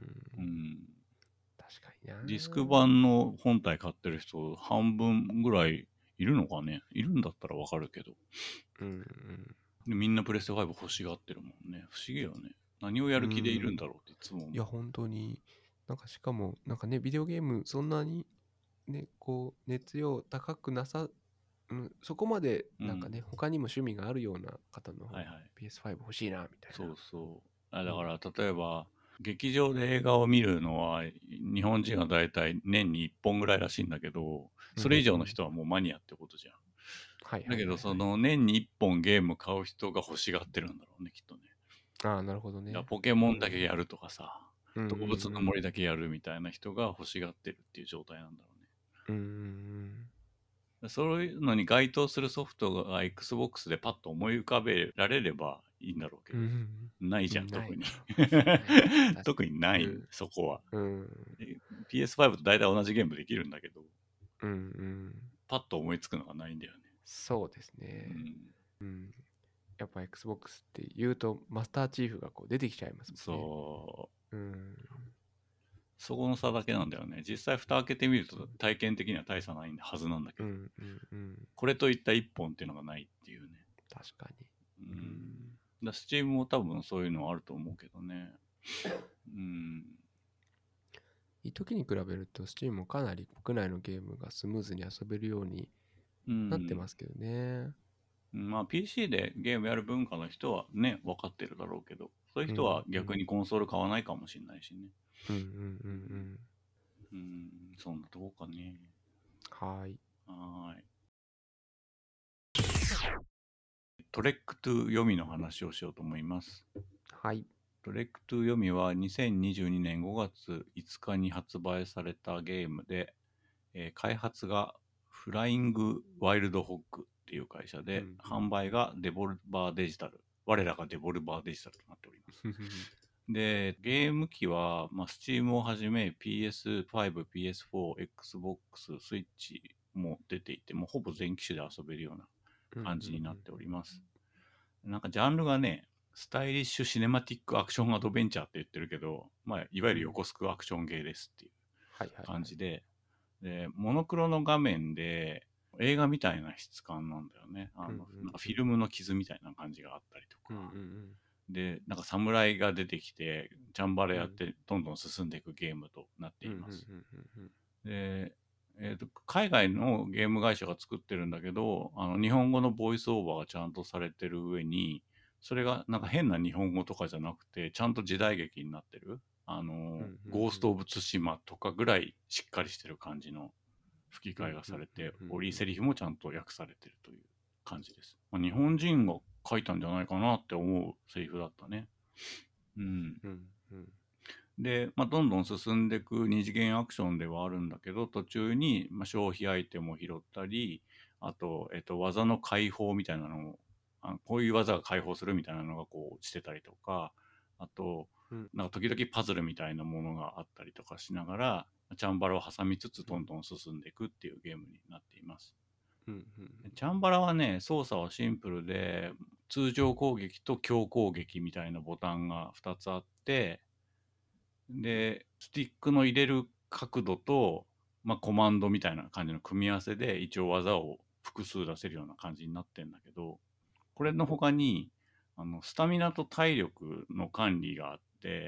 確かにな。 ディスク版の本体買ってる人半分ぐらいいるのかね。いるんだったらわかるけど。でみんなプレステ5欲しがってるもんね。不思議よね。何をやる気でいるんだろうっていつも思う。 いや、本当に。なんかしかも、なんかね、ビデオゲームそんなにね、こう、熱量高くなさ、そこまでなんかね、他にも趣味があるような方の PS5 欲しいな、みたいな。 そうそう。だから例えば、劇場で映画を見るのは日本人はだいたい年に1本ぐらいらしいんだけど、それ以上の人はもうマニアってことじゃん。だけどその年に1本ゲーム買う人が欲しがってるんだろうね、きっとね。 なるほどね。 ポケモンだけやるとかさ、動物の森だけやるみたいな人が欲しがってるっていう状態なんだろうね。そういうのに該当するソフトが Xbox でパッと思い浮かべられればいいんだろうけど、 うんないじゃん、 ない特に。 な特にない、 うんそこは。 うん PS5 と大体同じゲームできるんだけど、 うんうんパッと思いつくのがないんだよね。 そうですうね。 ん、 うんやっぱ Xbox って言うとマスターチーフがこう出てきちゃいますもんね。 そう。 うんそこの差だけなんだよね。実際蓋開けてみると体験的には大差ないはずなんだけど、 うんうんこれといった一本っていうのがないっていうね。 確かに。 だスチームも多分そういうのはあると思うけどね。 一時に比べると Steam もかなり国内のゲームがスムーズに遊べるようになってますけどね。 まあ PC でゲームやる文化の人はね、分かってるだろうけど、そういう人は逆にコンソール買わないかもしれないしね。そんなとこかね。 はい。 はい。トレックトゥ読みの話をしようと思います。 はい。 トレックトゥ読みは2022年5月5日に発売されたゲームで、開発がフライングワイルドホックっていう会社で、販売がデボルバーデジタル。我らがデボルバーデジタルとなっております。で、ゲーム機は、Steam をはじめ PS5、PS4、Xbox、Switch も出ていて、もうほぼ全機種で遊べるような感じになっております。なんかジャンルがね、スタイリッシュシネマティックアクションアドベンチャーって言ってるけど、いわゆる横スクアクションゲーですっていう感じで、で、モノクロの画面で映画みたいな質感なんだよね。なんかフィルムの傷みたいな感じがあったりとか。で、なんか侍が出てきて、チャンバラやってどんどん進んでいくゲームとなっています。で、海外のゲーム会社が作ってるんだけど、日本語のボイスオーバーがちゃんとされてる上に、それがなんか変な日本語とかじゃなくて、ちゃんと時代劇になってる。ゴースト・オブ・ツシマとかぐらいしっかりしてる感じの吹き替えがされており、セリフもちゃんと訳されてるという感じです。日本人が書いたんじゃないかなって思うセリフだったね。で、どんどん進んでいく二次元アクションではあるんだけど、途中に、消費アイテムを拾ったり、あと、技の解放みたいなのを、こういう技が解放するみたいなのがこう落ちてたりとか、あと、なんか時々パズルみたいなものがあったりとかしながら、チャンバラを挟みつつどんどん進んでいくっていうゲームになっています。チャンバラはね、操作はシンプルで、通常攻撃と強攻撃みたいなボタンが2つあって、で、スティックの入れる角度と、コマンドみたいな感じの組み合わせで一応技を複数出せるような感じになってんだけど、これの他に、スタミナと体力の管理があって、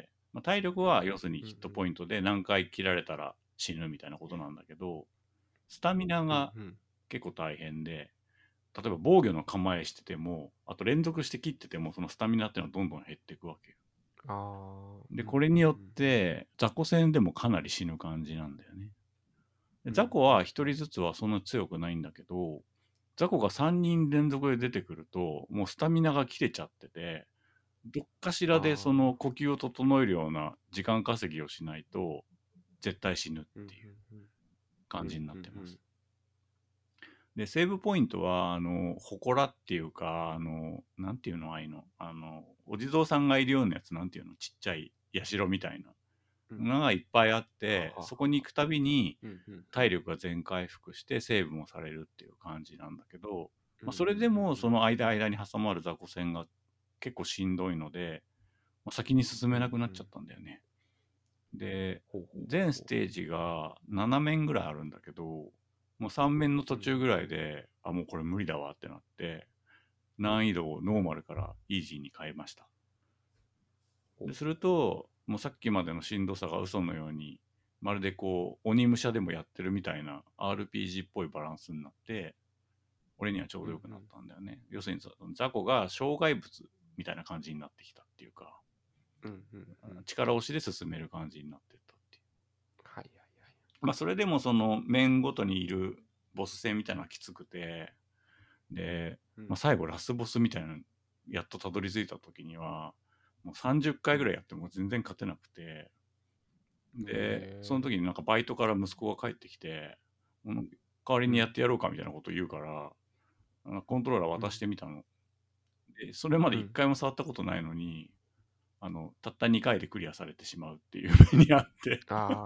体力は要するにヒットポイントで何回切られたら死ぬみたいなことなんだけど、スタミナが結構大変で、例えば防御の構えしてても、あと連続して切ってても、そのスタミナっていうのはどんどん減っていくわけよ。で、これによって雑魚戦でもかなり死ぬ感じなんだよね。雑魚は1人ずつはそんな強くないんだけど、雑魚が3人連続で出てくると、もうスタミナが切れちゃってて、どっかしらでその呼吸を整えるような時間稼ぎをしないと、絶対死ぬっていう感じになってます。で、セーブポイントは、祠っていうか、なんていうの、ああいうの、お地蔵さんがいるようなやつ、なんていうの、ちっちゃい社みたいなのがいっぱいあって、そこに行くたびに体力が全回復してセーブもされるっていう感じなんだけど、それでもその間に挟まる雑魚戦が結構しんどいので、先に進めなくなっちゃったんだよね。で、全ステージが7面ぐらいあるんだけど、もう3面の途中ぐらいで、もうこれ無理だわってなって、難易度をノーマルからイージーに変えました。ですると、もうさっきまでのしんどさが嘘のように、まるでこう、鬼武者でもやってるみたいな RPG っぽいバランスになって、俺にはちょうどよくなったんだよね。要するに雑魚が障害物みたいな感じになってきたっていうか、力押しで進める感じになってったっていう。それでもその面ごとにいるボス戦みたいなのがきつくて、で、最後ラスボスみたいなのやっとたどり着いた時には、もう30回ぐらいやっても全然勝てなくて、で、その時になんかバイトから息子が帰ってきて、代わりにやってやろうかみたいなことを言うから、コントローラー渡してみたの。 でそれまで1回も触ったことないのに、たった2回でクリアされてしまうっていう目にあって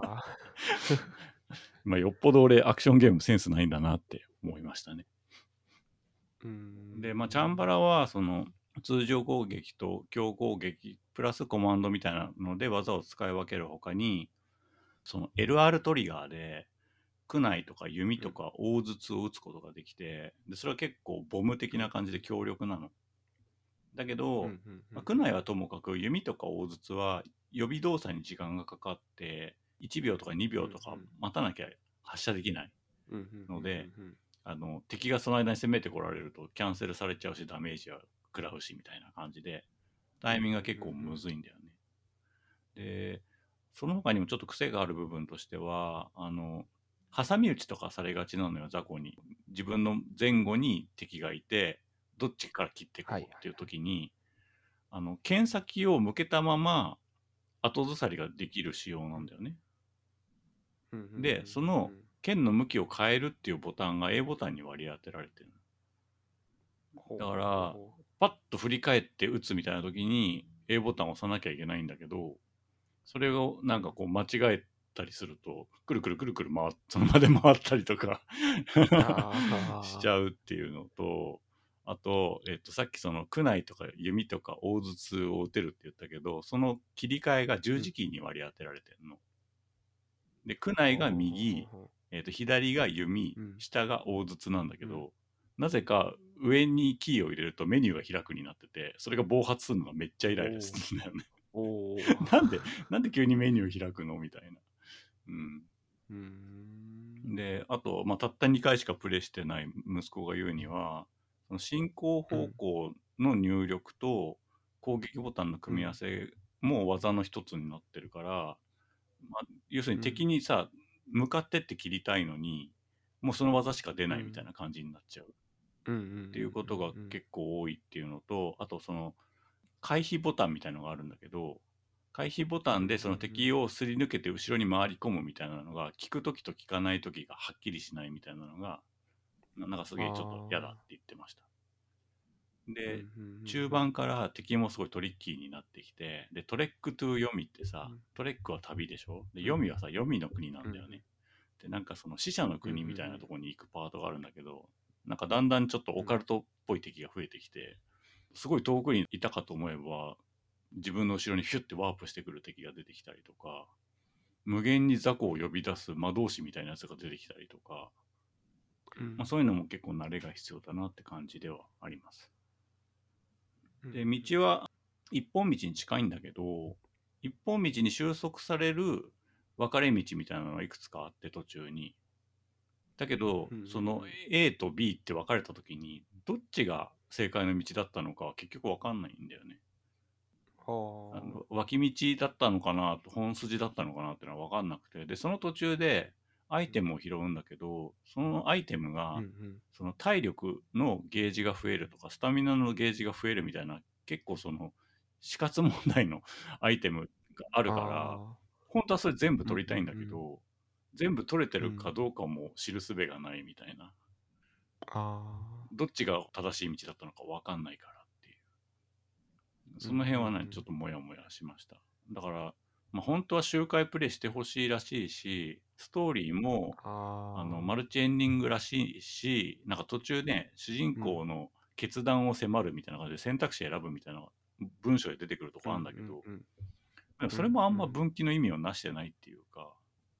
まあよっぽど俺アクションゲームセンスないんだなって思いましたね。で、まあチャンバラはその通常攻撃と強攻撃プラスコマンドみたいなので技を使い分けるほかに、その LR トリガーで区内とか弓とか大筒を撃つことができて、でそれは結構ボム的な感じで強力なの。だけど、まあ、区内はともかく弓とか大筒は予備動作に時間がかかって1秒とか2秒とか待たなきゃ発射できないので、敵がその間に攻めてこられるとキャンセルされちゃうしダメージは食らうしみたいな感じでタイミングが結構むずいんだよね。でその他にもちょっと癖がある部分としては挟み撃ちとかされがちなのよ。雑魚に自分の前後に敵がいてどっちから切っていこうっていう時に、剣先を向けたまま後ずさりができる仕様なんだよね。でその剣の向きを変えるっていうボタンが A ボタンに割り当てられてる。だからパッと振り返って撃つみたいな時に A ボタンを押さなきゃいけないんだけど、それをなんかこう間違えたりするとくるくるくるくるその場で回ったりとかしちゃうっていうのと、あと、さっきその区内とか弓とか大筒を撃てるって言ったけど、その切り替えが十字キーに割り当てられてるの。で区内が右、左が弓、下が大筒なんだけど、なぜか上にキーを入れるとメニューが開くになってて、それが暴発するのがめっちゃイライラするんだよね。なんで急にメニュー開くのみたいな。であと、まあ、たった2回しかプレイしてない息子が言うには、その進行方向の入力と攻撃ボタンの組み合わせも技の一つになってるから、まあ、要するに敵にさ、向かってって切りたいのにもうその技しか出ないみたいな感じになっちゃうっていうことが結構多いっていうのと、あとその回避ボタンみたいのがあるんだけど、回避ボタンでその敵をすり抜けて後ろに回り込むみたいなのが効く時と効かない時がはっきりしないみたいなのがなんかすげえちょっと嫌だって言ってました。で中盤から敵もすごいトリッキーになってきて、でトレックトゥー読みってさ、トレックは旅でしょ、で読みはさ読みの国なんだよね。でなんかその死者の国みたいなところに行くパートがあるんだけど、なんかだんだんちょっとオカルトっぽい敵が増えてきて、すごい遠くにいたかと思えば自分の後ろにヒュッてワープしてくる敵が出てきたりとか、無限に雑魚を呼び出す魔導士みたいなやつが出てきたりとか、まあ、そういうのも結構慣れが必要だなって感じではあります。で道は一本道に近いんだけど、一本道に収束される分かれ道みたいなのがいくつかあって途中に、だけどその A と B って分かれた時にどっちが正解の道だったのかは結局分かんないんだよね。脇道だったのかなと本筋だったのかなっていうのは分かんなくて、でその途中でアイテムを拾うんだけど、そのアイテムが、その体力のゲージが増えるとかスタミナのゲージが増えるみたいな結構その死活問題のアイテムがあるから、本当はそれ全部取りたいんだけど、全部取れてるかどうかも知るすべがないみたいな、どっちが正しい道だったのか分かんないからっていう、その辺はねちょっとモヤモヤしました。だから、まあ、本当は周回プレイしてほしいらしいし、ストーリーもマルチエンディングらしいし、なんか途中で主人公の決断を迫るみたいな感じで選択肢選ぶみたいな文章で出てくるとこあるんだけど、でもそれもあんま分岐の意味をなしてないっていうか、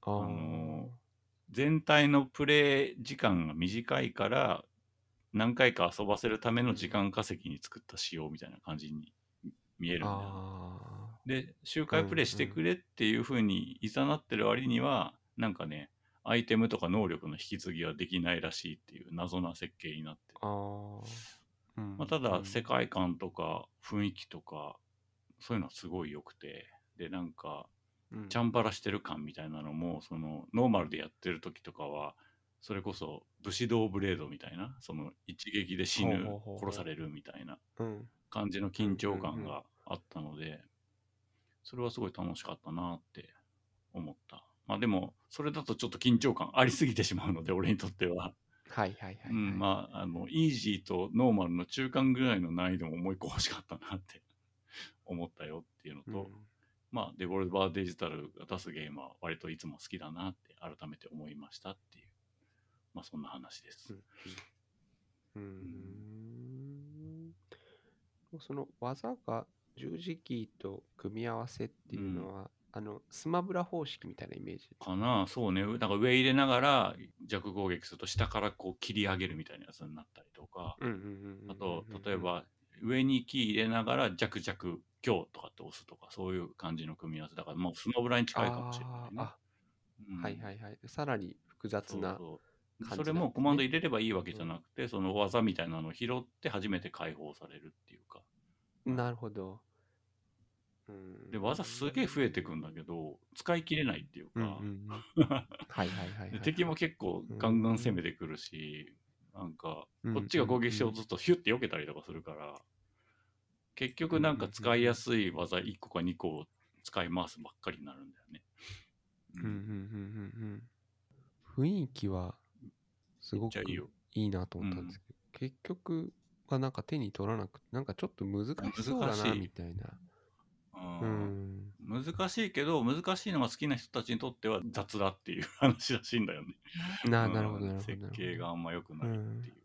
全体のプレイ時間が短いから何回か遊ばせるための時間稼ぎに作った仕様みたいな感じに見えるんだよね。で周回プレイしてくれっていう風にいざなってる割にはなんかね、アイテムとか能力の引き継ぎはできないらしいっていう謎な設計になって、まあ、ただ世界観とか雰囲気とかそういうのはすごい良くて、でなんかチャンバラしてる感みたいなのもそのノーマルでやってる時とかはそれこそ武士道ブレードみたいな、その一撃で死ぬ殺されるみたいな感じの緊張感があったので、それはすごい楽しかったなって思った。まあでもそれだとちょっと緊張感ありすぎてしまうので俺にとってははいはいはいはい。 まあ、イージーとノーマルの中間ぐらいの難易度ももう一個欲しかったなって思ったよっていうのと、まあ、デボルバーデジタルが出すゲームは割といつも好きだなって改めて思いましたっていう、まあそんな話です。 その技が十字キーと組み合わせっていうのは、スマブラ方式みたいなイメージかな。そうね。なんか上入れながら弱攻撃すると下からこう切り上げるみたいなやつになったりとか、あと、例えば上にキー入れながら弱強とかって押すとか、そういう感じの組み合わせだから、もうスマブラに近いかもしれないね。 はいはいはい。さらに複雑な感じなんですね。 それもコマンド入れればいいわけじゃなくて、その技みたいなのを拾って初めて解放されるっていうか。 なるほど。 で、技すげえ増えてくんだけど、使い切れないっていうか。 はいはいはい。 敵も結構ガンガン攻めてくるし、なんか、こっちが攻撃しようとするとヒュッて避けたりとかするから、結局なんか使いやすい技1個か2個を使い回すばっかりになるんだよね。 雰囲気はすごくいいなと思ったんですけど、結局はなんか手に取らなくて、なんかちょっと難しそうだなみたいな。 難しいけど、難しいのが好きな人たちにとっては雑だっていう話らしいんだよね。 なるほどなるほど。 設計があんま良くないっていう。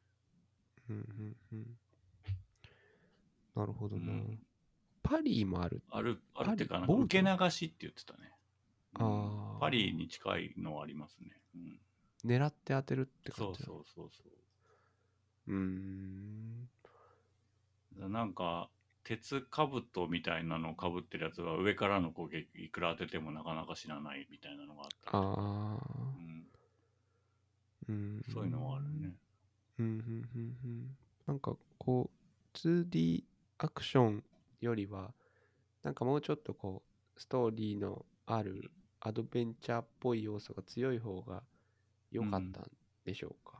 なるほどな。パリもある。 あるっていうか、なんか受け流しって言ってたね。パリに近いのはありますね。 狙って当てるって感じ。 そう。なんか、鉄兜みたいなのをかぶってるやつが上からの攻撃いくら当ててもなかなか死なないみたいなのがあったりとか。そういうのはあるね。 なんかこう 2D アクションよりはなんかもうちょっとこうストーリーのあるアドベンチャーっぽい要素が強い方が良かったんでしょうか。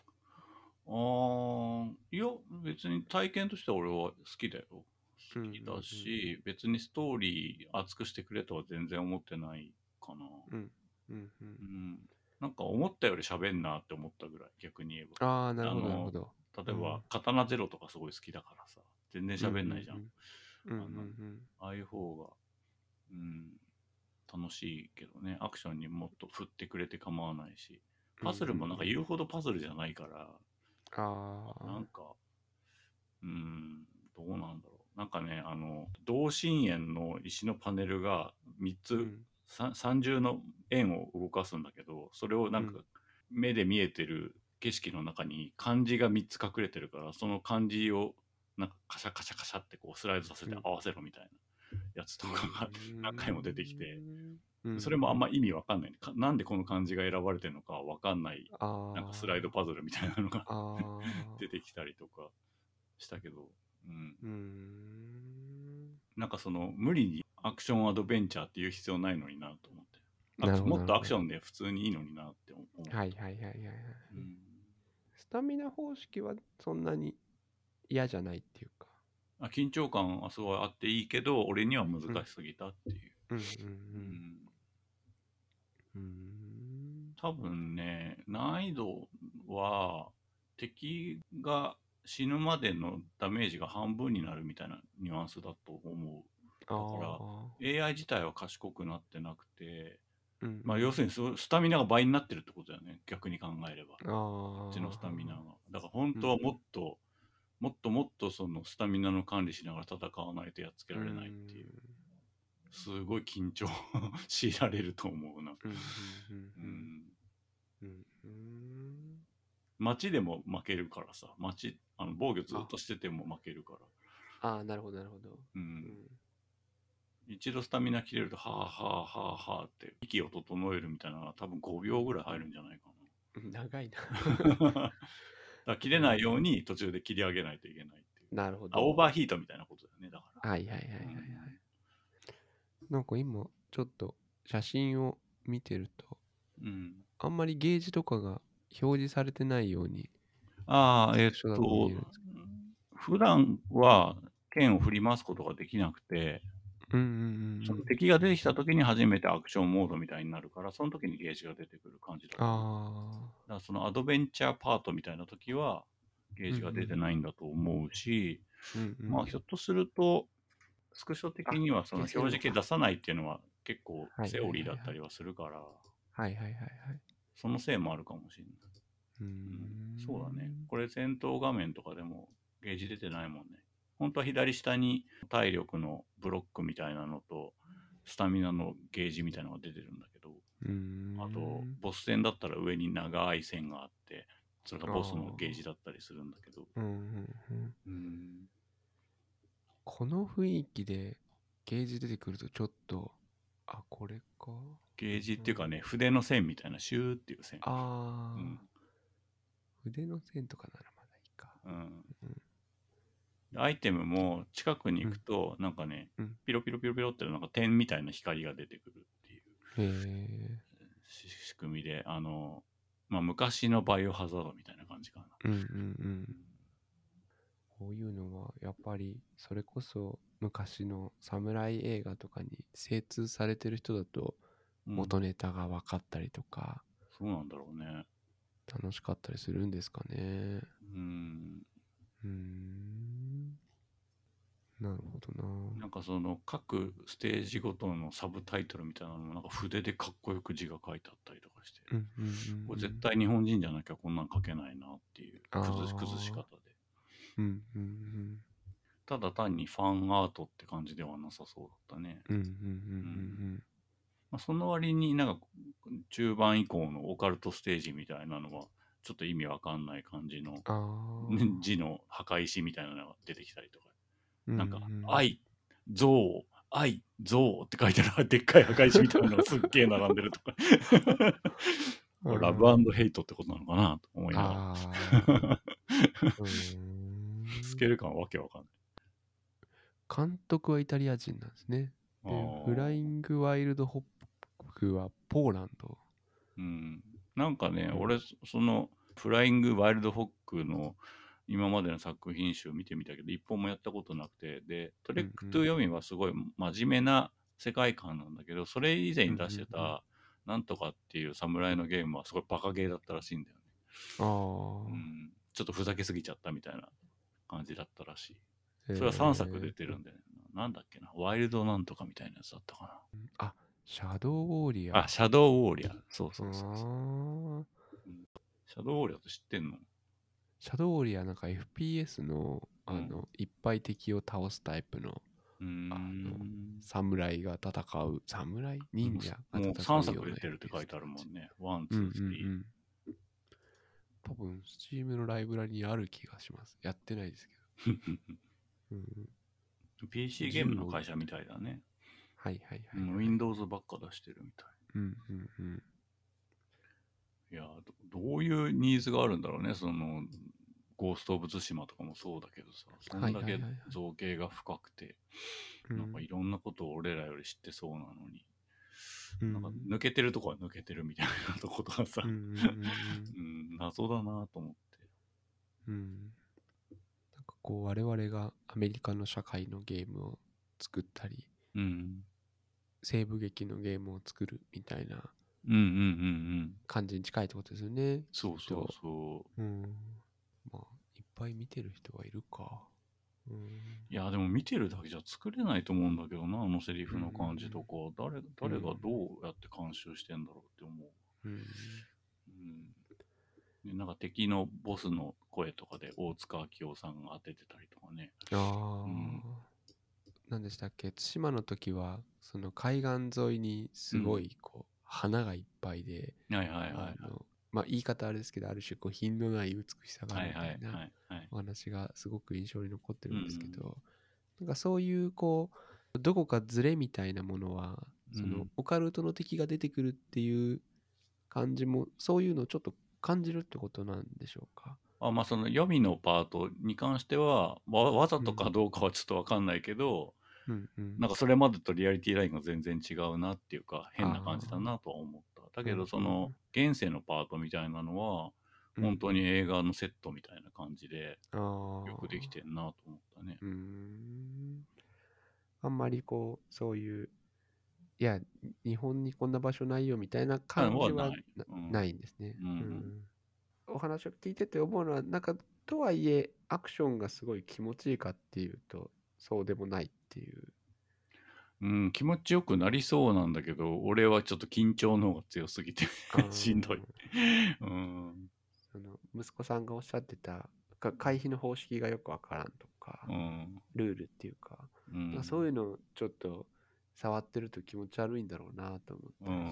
いや別に体験としては俺は好きだよ。好きだし、別にストーリー熱くしてくれとは全然思ってないかな。なんか思ったより喋んなって思ったぐらい、逆に言えば。 なるほどなるほど。 例えば、刀ゼロとかすごい好きだからさ、全然喋んないじゃん。ああいう方が、楽しいけどね、アクションにもっと振ってくれて構わないし、パズルもなんか言うほどパズルじゃないから、なんか、どうなんだろう。なんかね、同心円の石のパネルが3つ、三重の円を動かすんだけど、それをなんか目で見えてる景色の中に漢字が3つ隠れてるから、その漢字をなんかカシャカシャカシャってこうスライドさせて合わせろみたいなやつとかが何回も出てきて、それもあんま意味わかんない。なんでこの漢字が選ばれてるのかわかんない、なんかスライドパズルみたいなのが出てきたりとかしたけど、なんかその無理にアクションアドベンチャーっていう必要ないのになと思って。もっとアクションで普通にいいのになって思う。 スタミナ方式はそんなに嫌じゃないっていうか。 緊張感はすごいあっていいけど、俺には難しすぎたっていう。多分ね、難易度は敵が死ぬまでのダメージが半分になるみたいなニュアンスだと思う。だから AI 自体は賢くなってなくて、まあ要するにスタミナが倍になってるってことだよね、逆に考えれば。こっちのスタミナが。だから本当はもっとそのスタミナの管理しながら戦わないとやっつけられないっていう。すごい緊張強いられると思うな。街でも負けるからさ、防御ずっとしてても負けるから。 なるほどなるほど。 一度スタミナ切れると、はあはあはあはあって息を整えるみたいなのが多分5秒ぐらい入るんじゃないかな。長いな。 だから切れないように途中で切り上げないといけないっていう。 なるほど。 オーバーヒートみたいなことだよね、だから。 なんか今ちょっと写真を見てると、あんまりゲージとかが表示されてないように。 普段は剣を振り回すことができなくて、 うんうんその敵が出てきた時に初めてアクションモードみたいになるから、その時にゲージが出てくる感じだと思う。 あだからそのアドベンチャーパートみたいな時はゲージが出てないんだと思うし、まあひょっとするとスクショ的にはその表示系出さないっていうのは結構セオリーだったりはするから、 はいはいはいはい。 そのせいもあるかもしれない。そうだね。これ戦闘画面とかでもゲージ出てないもんね。本当は左下に体力のブロックみたいなのとスタミナのゲージみたいなのが出てるんだけど、あとボス戦だったら上に長い線があってそれがボスのゲージだったりするんだけど、 この雰囲気でゲージ出てくるとちょっと、あ、これか。 ゲージっていうかね、筆の線みたいなシューっていう線。 ああ、筆の線とかならまだいいか。 アイテムも近くに行くとなんかね、ピロピロピロピロってなんか点みたいな光が出てくるっていう仕組みで、まあ昔のバイオハザードみたいな感じかな。 こういうのはやっぱりそれこそ昔の侍映画とかに精通されてる人だと元ネタが分かったりとか、 そうなんだろうね。 楽しかったりするんですかね。なるほどな。 なんかその各ステージごとのサブタイトルみたいなのもなんか筆でかっこよく字が書いてあったりとかして、これ絶対日本人じゃなきゃこんなん書けないなっていう崩し方で。ただ単にファンアートって感じではなさそうだったね。その割になんか中盤以降のオカルトステージみたいなのはちょっと意味わかんない感じの字の墓石みたいなのが出てきたりとか、なんか愛憎愛憎って書いてあるでっかい墓石みたいなのがすっげえ並んでるとかラブ&ヘイトってことなのかなと思いながらスケール感はわけわかんない。 監督はイタリア人なんですね。でフライングワイルドホップはポーランド。 なんかね、俺そのフライングワイルドホックの今までの作品集見てみたけど一本もやったことなくて、でトレックトゥー読みはすごい真面目な世界観なんだけど、それ以前に出してたなんとかっていう侍のゲームはすごいバカゲーだったらしいんだよね。ちょっとふざけすぎちゃったみたいな感じだったらしい。それは3作出てるんで、なんだっけな、ワイルドなんとかみたいなやつだったかな。 あ、シャドウウォーリア。 あ、シャドウウォーリア。そうそうそうそう。シャドウウォーリアって知ってんの？ シャドウウォーリアなんか FPS の、いっぱい敵を倒すタイプの、侍が戦う、侍忍者が戦うような FPS。 もう3作出てるって書いてあるもんね。1、2、3。 多分、Steam のライブラリにある気がします。やってないですけど。 PC ゲームの会社みたいだね。 はいはいはい、 Windows ばっか出してるみたい。いや、どういうニーズがあるんだろうね。その、ゴースト・オブ・ツシマとかもそうだけどさ、そんだけ造形が深くて、なんかいろんなことを俺らより知ってそうなのに、なんか抜けてるとこは抜けてるみたいなとことがさ、謎だなと思って。 なんかこう我々がアメリカの社会のゲームを作ったり、西部劇のゲームを作るみたいな感じに近いってことですよね。 そうそうそう。 まあいっぱい見てる人はいるか。 いやでも見てるだけじゃ作れないと思うんだけどな、あのセリフの感じとか、誰がどうやって監修してんだろうって思う。なんか敵のボスの声とかで大塚明夫さんが当ててたりとかね。 何でしたっけ、対馬の時はその海岸沿いにすごいこう、花がいっぱいで、まあ言い方あれですけど、ある種こう品のない美しさがあるみたいなお話がすごく印象に残ってるんですけど、なんかそういうこうどこかズレみたいなものは、そのオカルトの敵が出てくるっていう感じも、そういうのをちょっと感じるってことなんでしょうか。 まあその読みのパートに関しては、わざとかどうかはちょっとわかんないけど、なんかそれまでとリアリティラインが全然違うなっていうか、変な感じだなとは思った。だけどその現世のパートみたいなのは、本当に映画のセットみたいな感じでよくできてんなと思ったね。 あんまりこう、そういう、いや、日本にこんな場所ないよみたいな感じはない。 ないんですね。 うんお話を聞いてて思うのは、なんか、とはいえ、アクションがすごい気持ちいいかっていうと、そうでもないっていう。 気持ちよくなりそうなんだけど、俺はちょっと緊張の方が強すぎてしんどい。 その息子さんがおっしゃってた回避の方式がよくわからんとか、ルールっていうか、そういうのをちょっと触ってると気持ち悪いんだろうなと思ったりして。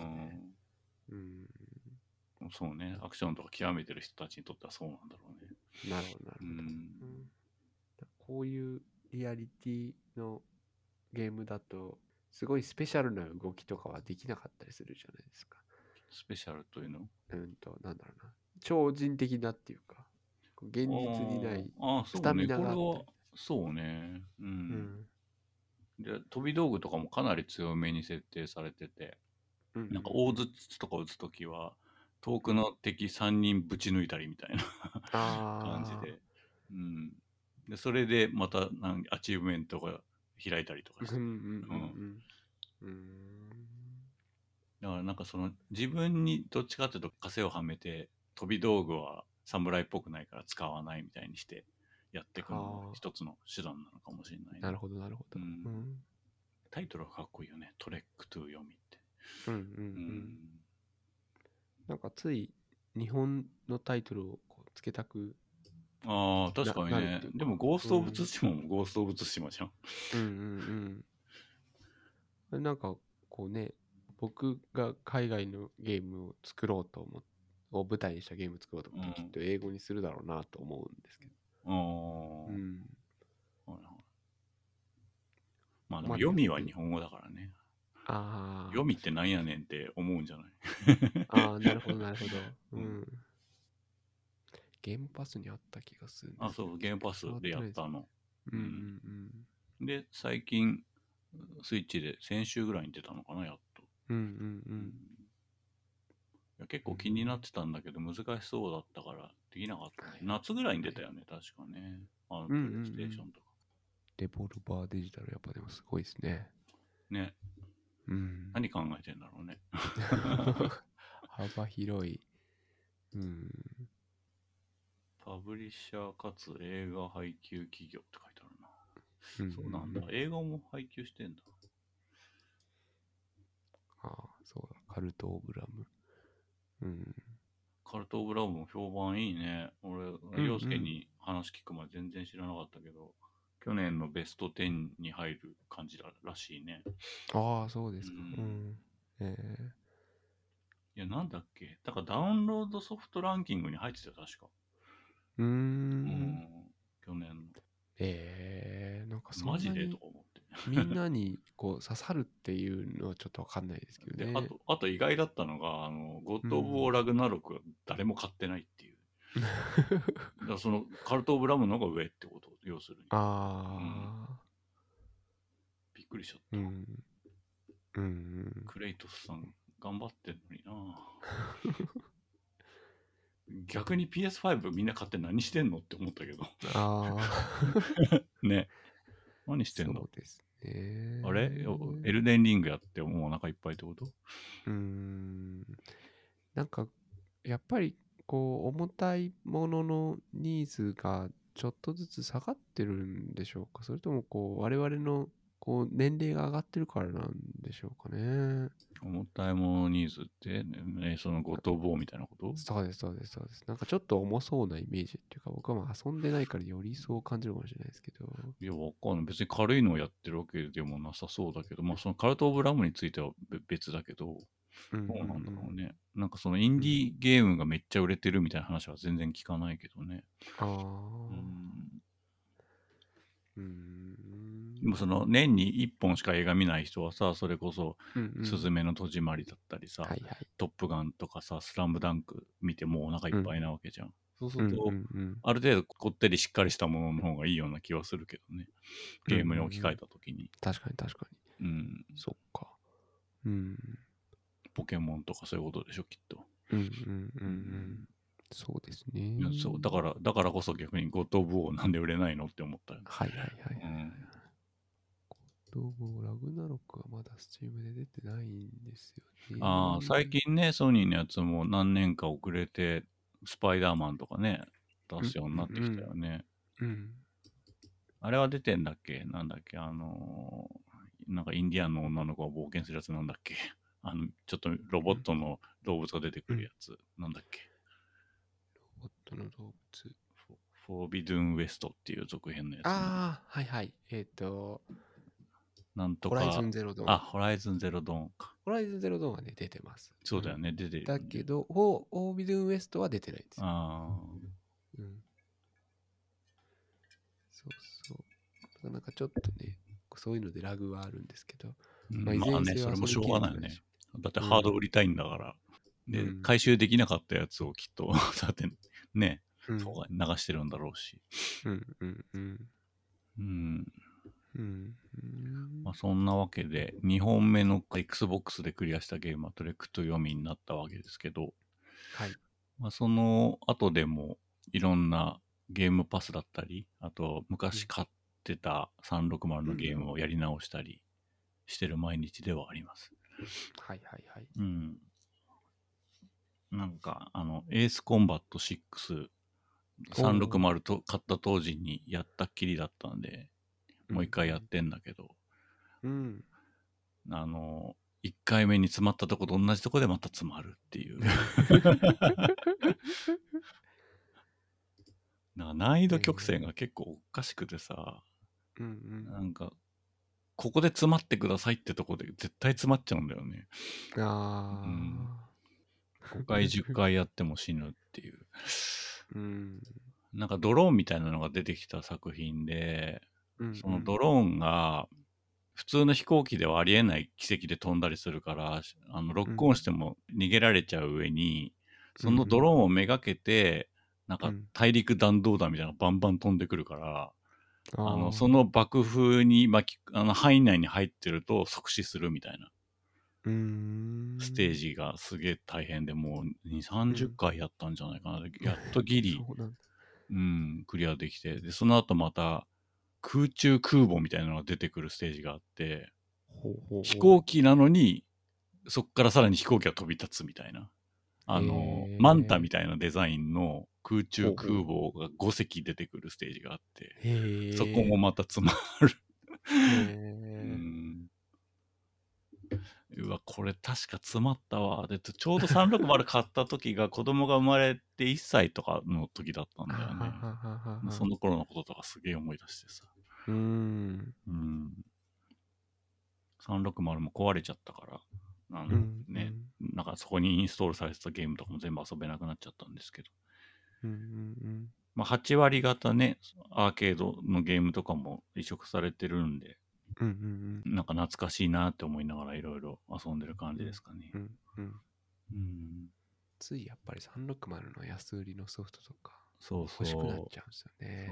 そうね、アクションとか極めてる人たちにとってはそうなんだろうね。 なるほど、なるほど。こういうリアリティのゲームだと、すごいスペシャルな動きとかはできなかったりするじゃないですか。 スペシャルというの？ なんだろうな。超人的なっていうか、現実にないスタミナがあったり。 これは、そうね。で、飛び道具とかもかなり強めに設定されてて、なんか大筒とか撃つときは、遠くの敵3人ぶち抜いたりみたいな感じで。で、それでまたアチーブメントが開いたりとかして。だからなんかその自分にどっちかっていうと枷をはめて飛び道具は侍っぽくないから使わないみたいにしてやっていくのも一つの手段なのかもしれないね。 なるほど、なるほど。 タイトルはかっこいいよね。トレックトゥー読みって。 なんかつい日本のタイトルをこうつけたくああ、確かにね。でもゴースト・オブ・ツシマもゴースト・オブ・ツシマじゃん。 なんかこうね、僕が海外のゲームを作ろうと思って、を舞台にしたゲーム作ろうと思って、きっと英語にするだろうなと思うんですけど。 まあでも読みは日本語だからね。読みってなんやねんって思うんじゃない？ なるほど、なるほど。ゲームパスにあった気がするんですけど。 そう、ゲームパスでやったの。で、最近、スイッチで先週ぐらいに出たのかな、やっと。結構気になってたんだけど、難しそうだったからできなかったね。夏ぐらいに出たよね、確かね。プレイステーションとか。 レボルバーデジタル、やっぱでもすごいですね。 ね。何考えてんだろうね。 幅広い。 パブリッシャーかつ映画配給企業って書いてあるな。そうなんだ。映画も配給してんだ。 そうだ。カルト・オブ・ラム。 カルト・オブ・ラムも評判いいね。俺、陽介に話聞くまで全然知らなかったけど、去年のベスト10に入る感じだらしいね。 そうですか。 いや、なんだっけ。だからダウンロードソフトランキングに入ってたよ、確か。去年の。 なんかそんなマジでにとか思って。 みんなにこう刺さるっていうのはちょっとわかんないですけどね。 で、あと意外だったのが、ゴッド・オブ・オー・ラグナロクは誰も買ってないっていう。だからそのカルト・オブ・ラムの方が上ってこと、要するに。びっくりしちゃった。クレイトスさん頑張ってんのにな。逆に PS5 みんな買って何してんのって思ったけど。ね。何してんの？ そうですね。 あれエルデンリングやってもうお腹いっぱいってこと？ なんか、やっぱり、こう、重たいもののニーズがちょっとずつ下がってるんでしょうか？それとも、こう、我々の、こう、年齢が上がってるからなんでしょうかね。 重たいものニーズって、そのゴッド・オブ・オーみたいなこと？ そうです。なんかちょっと重そうなイメージっていうか、僕はまあ遊んでないからよりそう感じるかもしれないですけど。 いや、わかんない。別に軽いのをやってるわけでもなさそうだけど、まあそのカルト・オブ・ラムについては別だけど、どうなんだろうね。なんかそのインディーゲームがめっちゃ売れてるみたいな話は全然聞かないけどね。でもその年に1本しか映画見ない人はさ、それこそすずめの戸締まりだったりさ、トップガンとかさ、スラムダンク見てもうお腹いっぱいなわけじゃん。そうすると、ある程度こってりしっかりしたものの方がいいような気はするけどね。ゲームに置き換えたときに。 確かに。そっか。 ポケモンとかそういうことでしょ、きっと。 そうですね。 そうだからこそ逆にゴッド・オブ・オーなんで売れないのって思ったよ。 ゴッどうも、ラグナロクはまだスチームで出てないんですよああ、最ね。 近ね、ソニーのやつも何年か遅れて、スパイダーマンとかね、出すようになってきたよね。 うん。 あれは出てんだっけなんだっけなんかインディアンの女の子が冒険するやつなんだっけちょっとロボットの動物が出てくるやつ、なんだっけロボットの動物。 フォービドゥンウエストっていう続編のやつ、ね。 ああ、はいはい。 なんとか。 ホライズンゼロドーン。 あ、ホライズンゼロドーンか。 ホライズンゼロドーンはね、出てます。 そうだよね、出てるよね。 だけど、オービドゥンウエストは出てないんですよ。 ああ。 うん。そうそう。なんかちょっとね、そういうのでラグはあるんですけど、 まあね、それもしょうがないよね。だってハード売りたいんだから。で、回収できなかったやつをきっと、さてね、流してるんだろうし。まあ、そんなわけで、2本目の Xbox でクリアしたゲームはトレクト読みになったわけですけど、 はい。 まあ、その後でもいろんなゲームパスだったり、あと昔買ってた360のゲームをやり直したりしてる毎日ではあります。 はいはいはい。 うん。なんか、エースコンバット6、360と買った当時にやったっきりだったんで、もう一回やってんだけど、1回目に詰まったとこと同じとこでまた詰まるっていう。なんか難易度曲線が結構おかしくてさ、なんか、ここで詰まってくださいってとこで絶対詰まっちゃうんだよね。5回、10回やっても死ぬっていう。なんかドローンみたいなのが出てきた作品で、そのドローンが普通の飛行機ではありえない奇跡で飛んだりするから、ロックオンしても逃げられちゃう上に、そのドローンをめがけて、なんか大陸弾道弾みたいなのがバンバン飛んでくるから、その爆風に範囲内に入ってると即死するみたいな。ステージがすげえ大変で、もう2、30回やったんじゃないかな。やっとギリ、クリアできて。で、その後また空中空母みたいなのが出てくるステージがあって、飛行機なのに、そっからさらに飛行機が飛び立つみたいな。マンタみたいなデザインの空中空母が5隻出てくるステージがあって、そこもまた詰まる。うわ、これ確か詰まったわ。で、ちょうど360買った時が子供が生まれて1歳とかの時だったんだよね。その頃のこととかすげえ思い出してさ。360も壊れちゃったから、なんかそこにインストールされてたゲームとかも全部遊べなくなっちゃったんですけど。まあ8割方ね、アーケードのゲームとかも移植されてるんで、なんか懐かしいなって思いながらいろいろ遊んでる感じですかね。 ついやっぱり360の安売りのソフトとか欲しくなっちゃうんですよね。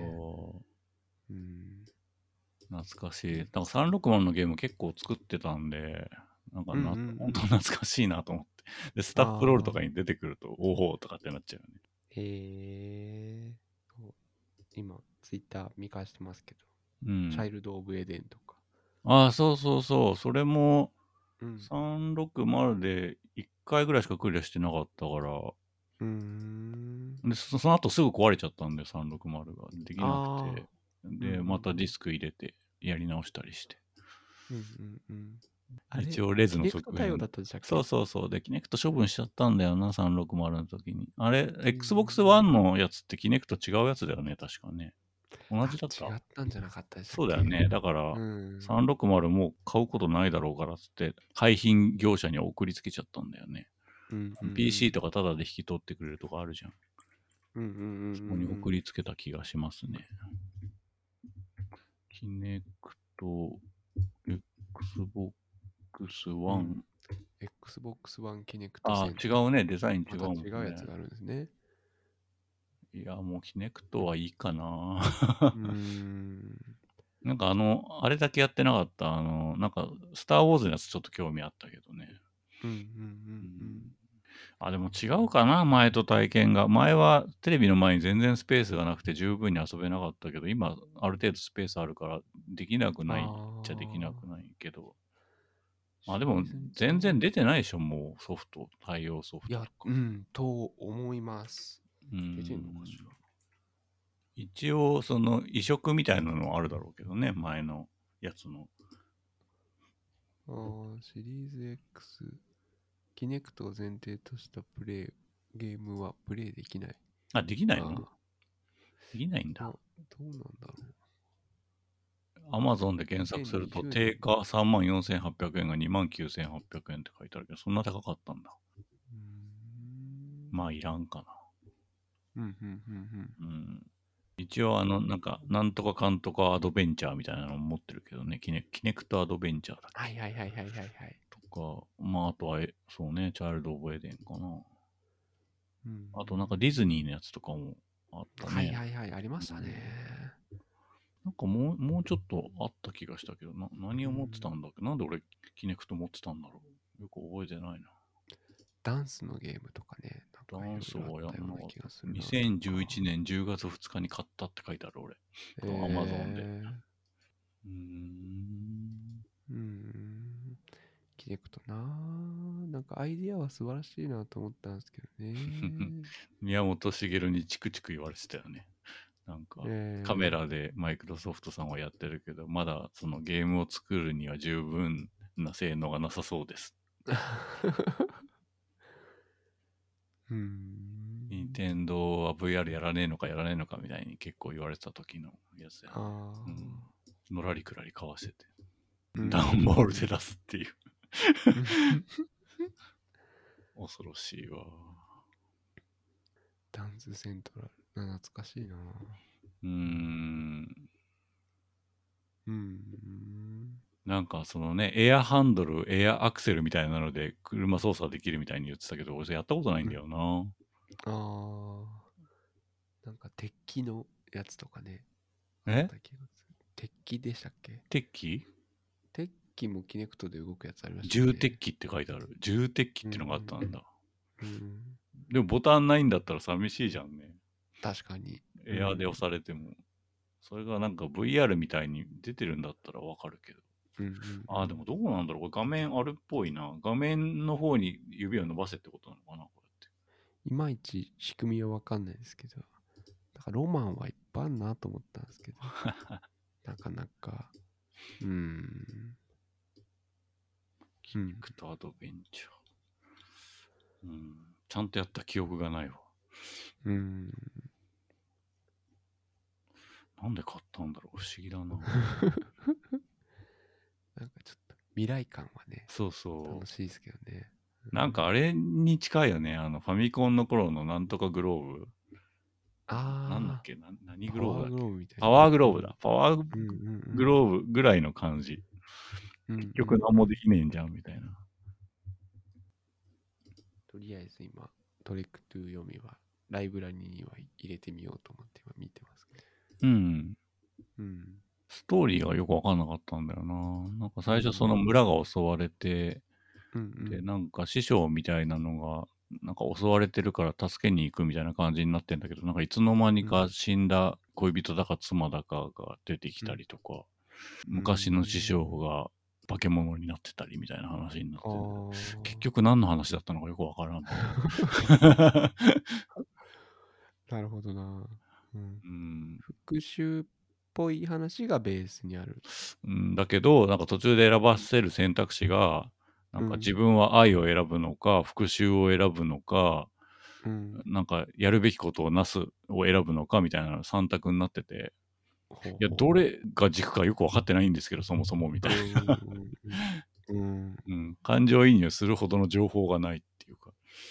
懐かしい。だから360のゲーム結構作ってたんで、なんか本当懐かしいなと思って。で、スタップロールとかに出てくると、おおとかってなっちゃうよね。 今、ツイッター見返してますけど、チャイルド・オブ・エデンとか。 ああ、そうそうそう。それも、360で1回ぐらいしかクリアしてなかったから、で、その後すぐ壊れちゃったんで、360が。できなくて。で、またディスク入れて、やり直したりして。一応、レズの側面。そうそうそう。で、キネクト処分しちゃったんだよな、360の時に。あれ、Xbox One のやつってキネクト違うやつだよね、確かね。同じだった？ 違ったんじゃなかったでしたっけ？ そうだよね。だから、360もう買うことないだろうからっつって、廃品業者に送りつけちゃったんだよね。PC とかタダで引き取ってくれるとかあるじゃん。そこに送りつけた気がしますね。キネクト、Xbox One。 Xbox One キネクトあ、違うね。デザイン違うもんね。 違うやつがあるんですね。 いや、もうキネクトはいいかな。なんかあれだけやってなかった、なんか、スター・ウォーズのやつちょっと興味あったけどね。あ、でも違うかな、前と体験が。前はテレビの前に全然スペースがなくて十分に遊べなかったけど、今、ある程度スペースあるから、できなくないっちゃできなくない。 けど。まあでも、全然出てないでしょ、もうソフト、対応ソフトとか。 と思います。出てんのかしら。 一応、その移植みたいなのはあるだろうけどね、前のやつの。 シリーズ X、キネクトを前提としたゲームはプレイできない。 あ、できないの？できないんだ。 どうなんだろう。Amazon で検索すると、定価34,800円が29,800円って書いてあるけど、そんな高かったんだ。まあ、いらんかな。一応、なんとかかんとかアドベンチャーみたいなの持ってるけどね、キネクトアドベンチャーだっけ。 はい。 とか、まあ、あとは、そうね、チャイルド・オブ・エデンかな。あと、ディズニーのやつとかもあったね。 はい、ありましたね。 もうちょっとあった気がしたけど、何を持ってたんだっけ？なんで俺、キネクト持ってたんだろう？よく覚えてないな。 ダンスのゲームとかね。 ダンスはやんなかった。 る 2011年10月2日に買ったって書いてある俺。Amazon で。 キネクトなぁ。なんかアイディアは素晴らしいなと思ったんですけどね。 宮本茂にチクチク言われてたよね。なんか、カメラでマイクロソフトさんはやってるけど、まだそのゲームを作るには十分な性能がなさそうです。任天堂は VR やらねえのかみたいに結構言われてた時のやつで、のらりくらりかわしてて、ダウンボールで出すっていう恐ろしいわ。 ダンスセントラル懐かしいな。 なんかそのね、エアハンドル、エアアクセルみたいなので車操作できるみたいに言ってたけど、俺やったことないんだよな。 なんか鉄器のやつとかね。鉄器でしたっけ？ 鉄器？ 鉄器もキネクトで動くやつありましたね。重鉄器って書いてある。重鉄器ってのがあったんだ。でもボタンないんだったら寂しいじゃんね。 確かに。 エアで押されても。それがなんか VR みたいに出てるんだったらわかるけど。でもどうなんだろう。これ画面あるっぽいな。画面の方に指を伸ばせってことなのかな、これって。 いまいち仕組みはわかんないですけど。だからロマンはいっぱいあるなと思ったんですけど。なかなか。 キネクトアドベンチャー。ちゃんとやった記憶がないわ。なんで買ったんだろう、不思議だな。 なんかちょっと未来感はね、 そうそう。 楽しいですけどね。 なんかあれに近いよね。ファミコンの頃のなんとかグローブ。なんだっけ？何グローブだっけ？パワーグローブだ。パワーグローブぐらいの感じ。結局何もできねえんじゃんみたいな。 とりあえず今、トレック2読みはライブラリには入れてみようと思って今見てますけど。 ストーリーがよくわかんなかったんだよな。なんか最初その村が襲われて、で、なんか師匠みたいなのが、なんか襲われてるから助けに行くみたいな感じになってんだけど、なんかいつの間にか死んだ恋人だか妻だかが出てきたりとか、昔の師匠が化け物になってたりみたいな話になって、結局何の話だったのかよくわからん。 なるほどな。復讐っぽい話がベースにある。 だけど、なんか途中で選ばせる選択肢が、なんか自分は愛を選ぶのか、復讐を選ぶのか、なんかやるべきことをなすを選ぶのかみたいな3択になってて、いや、どれが軸かよく分かってないんですけど、そもそもみたいな。感情移入するほどの情報がないっていうか。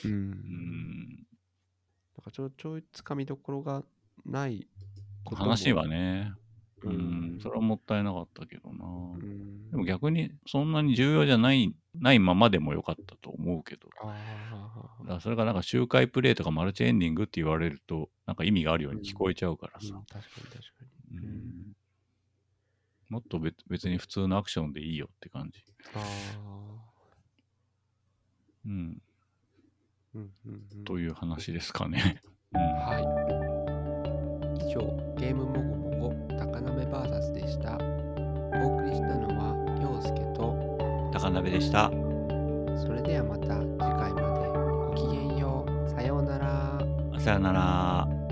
なんかちょいつかみどころがないことも話はね。それはもったいなかったけどな。でも逆にそんなに重要じゃないままでもよかったと思うけど。だからそれがなんか周回プレイとかマルチエンディングって言われると、なんか意味があるように聞こえちゃうからさ。 確かに。 もっと別に普通のアクションでいいよって感じ。という話ですかね。 はい。以上、ゲームもごもご高なめバーサスでした。お送りしたのは陽介と中鍋でした。 それではまた次回までごきげんよう。さようなら。 さようなら。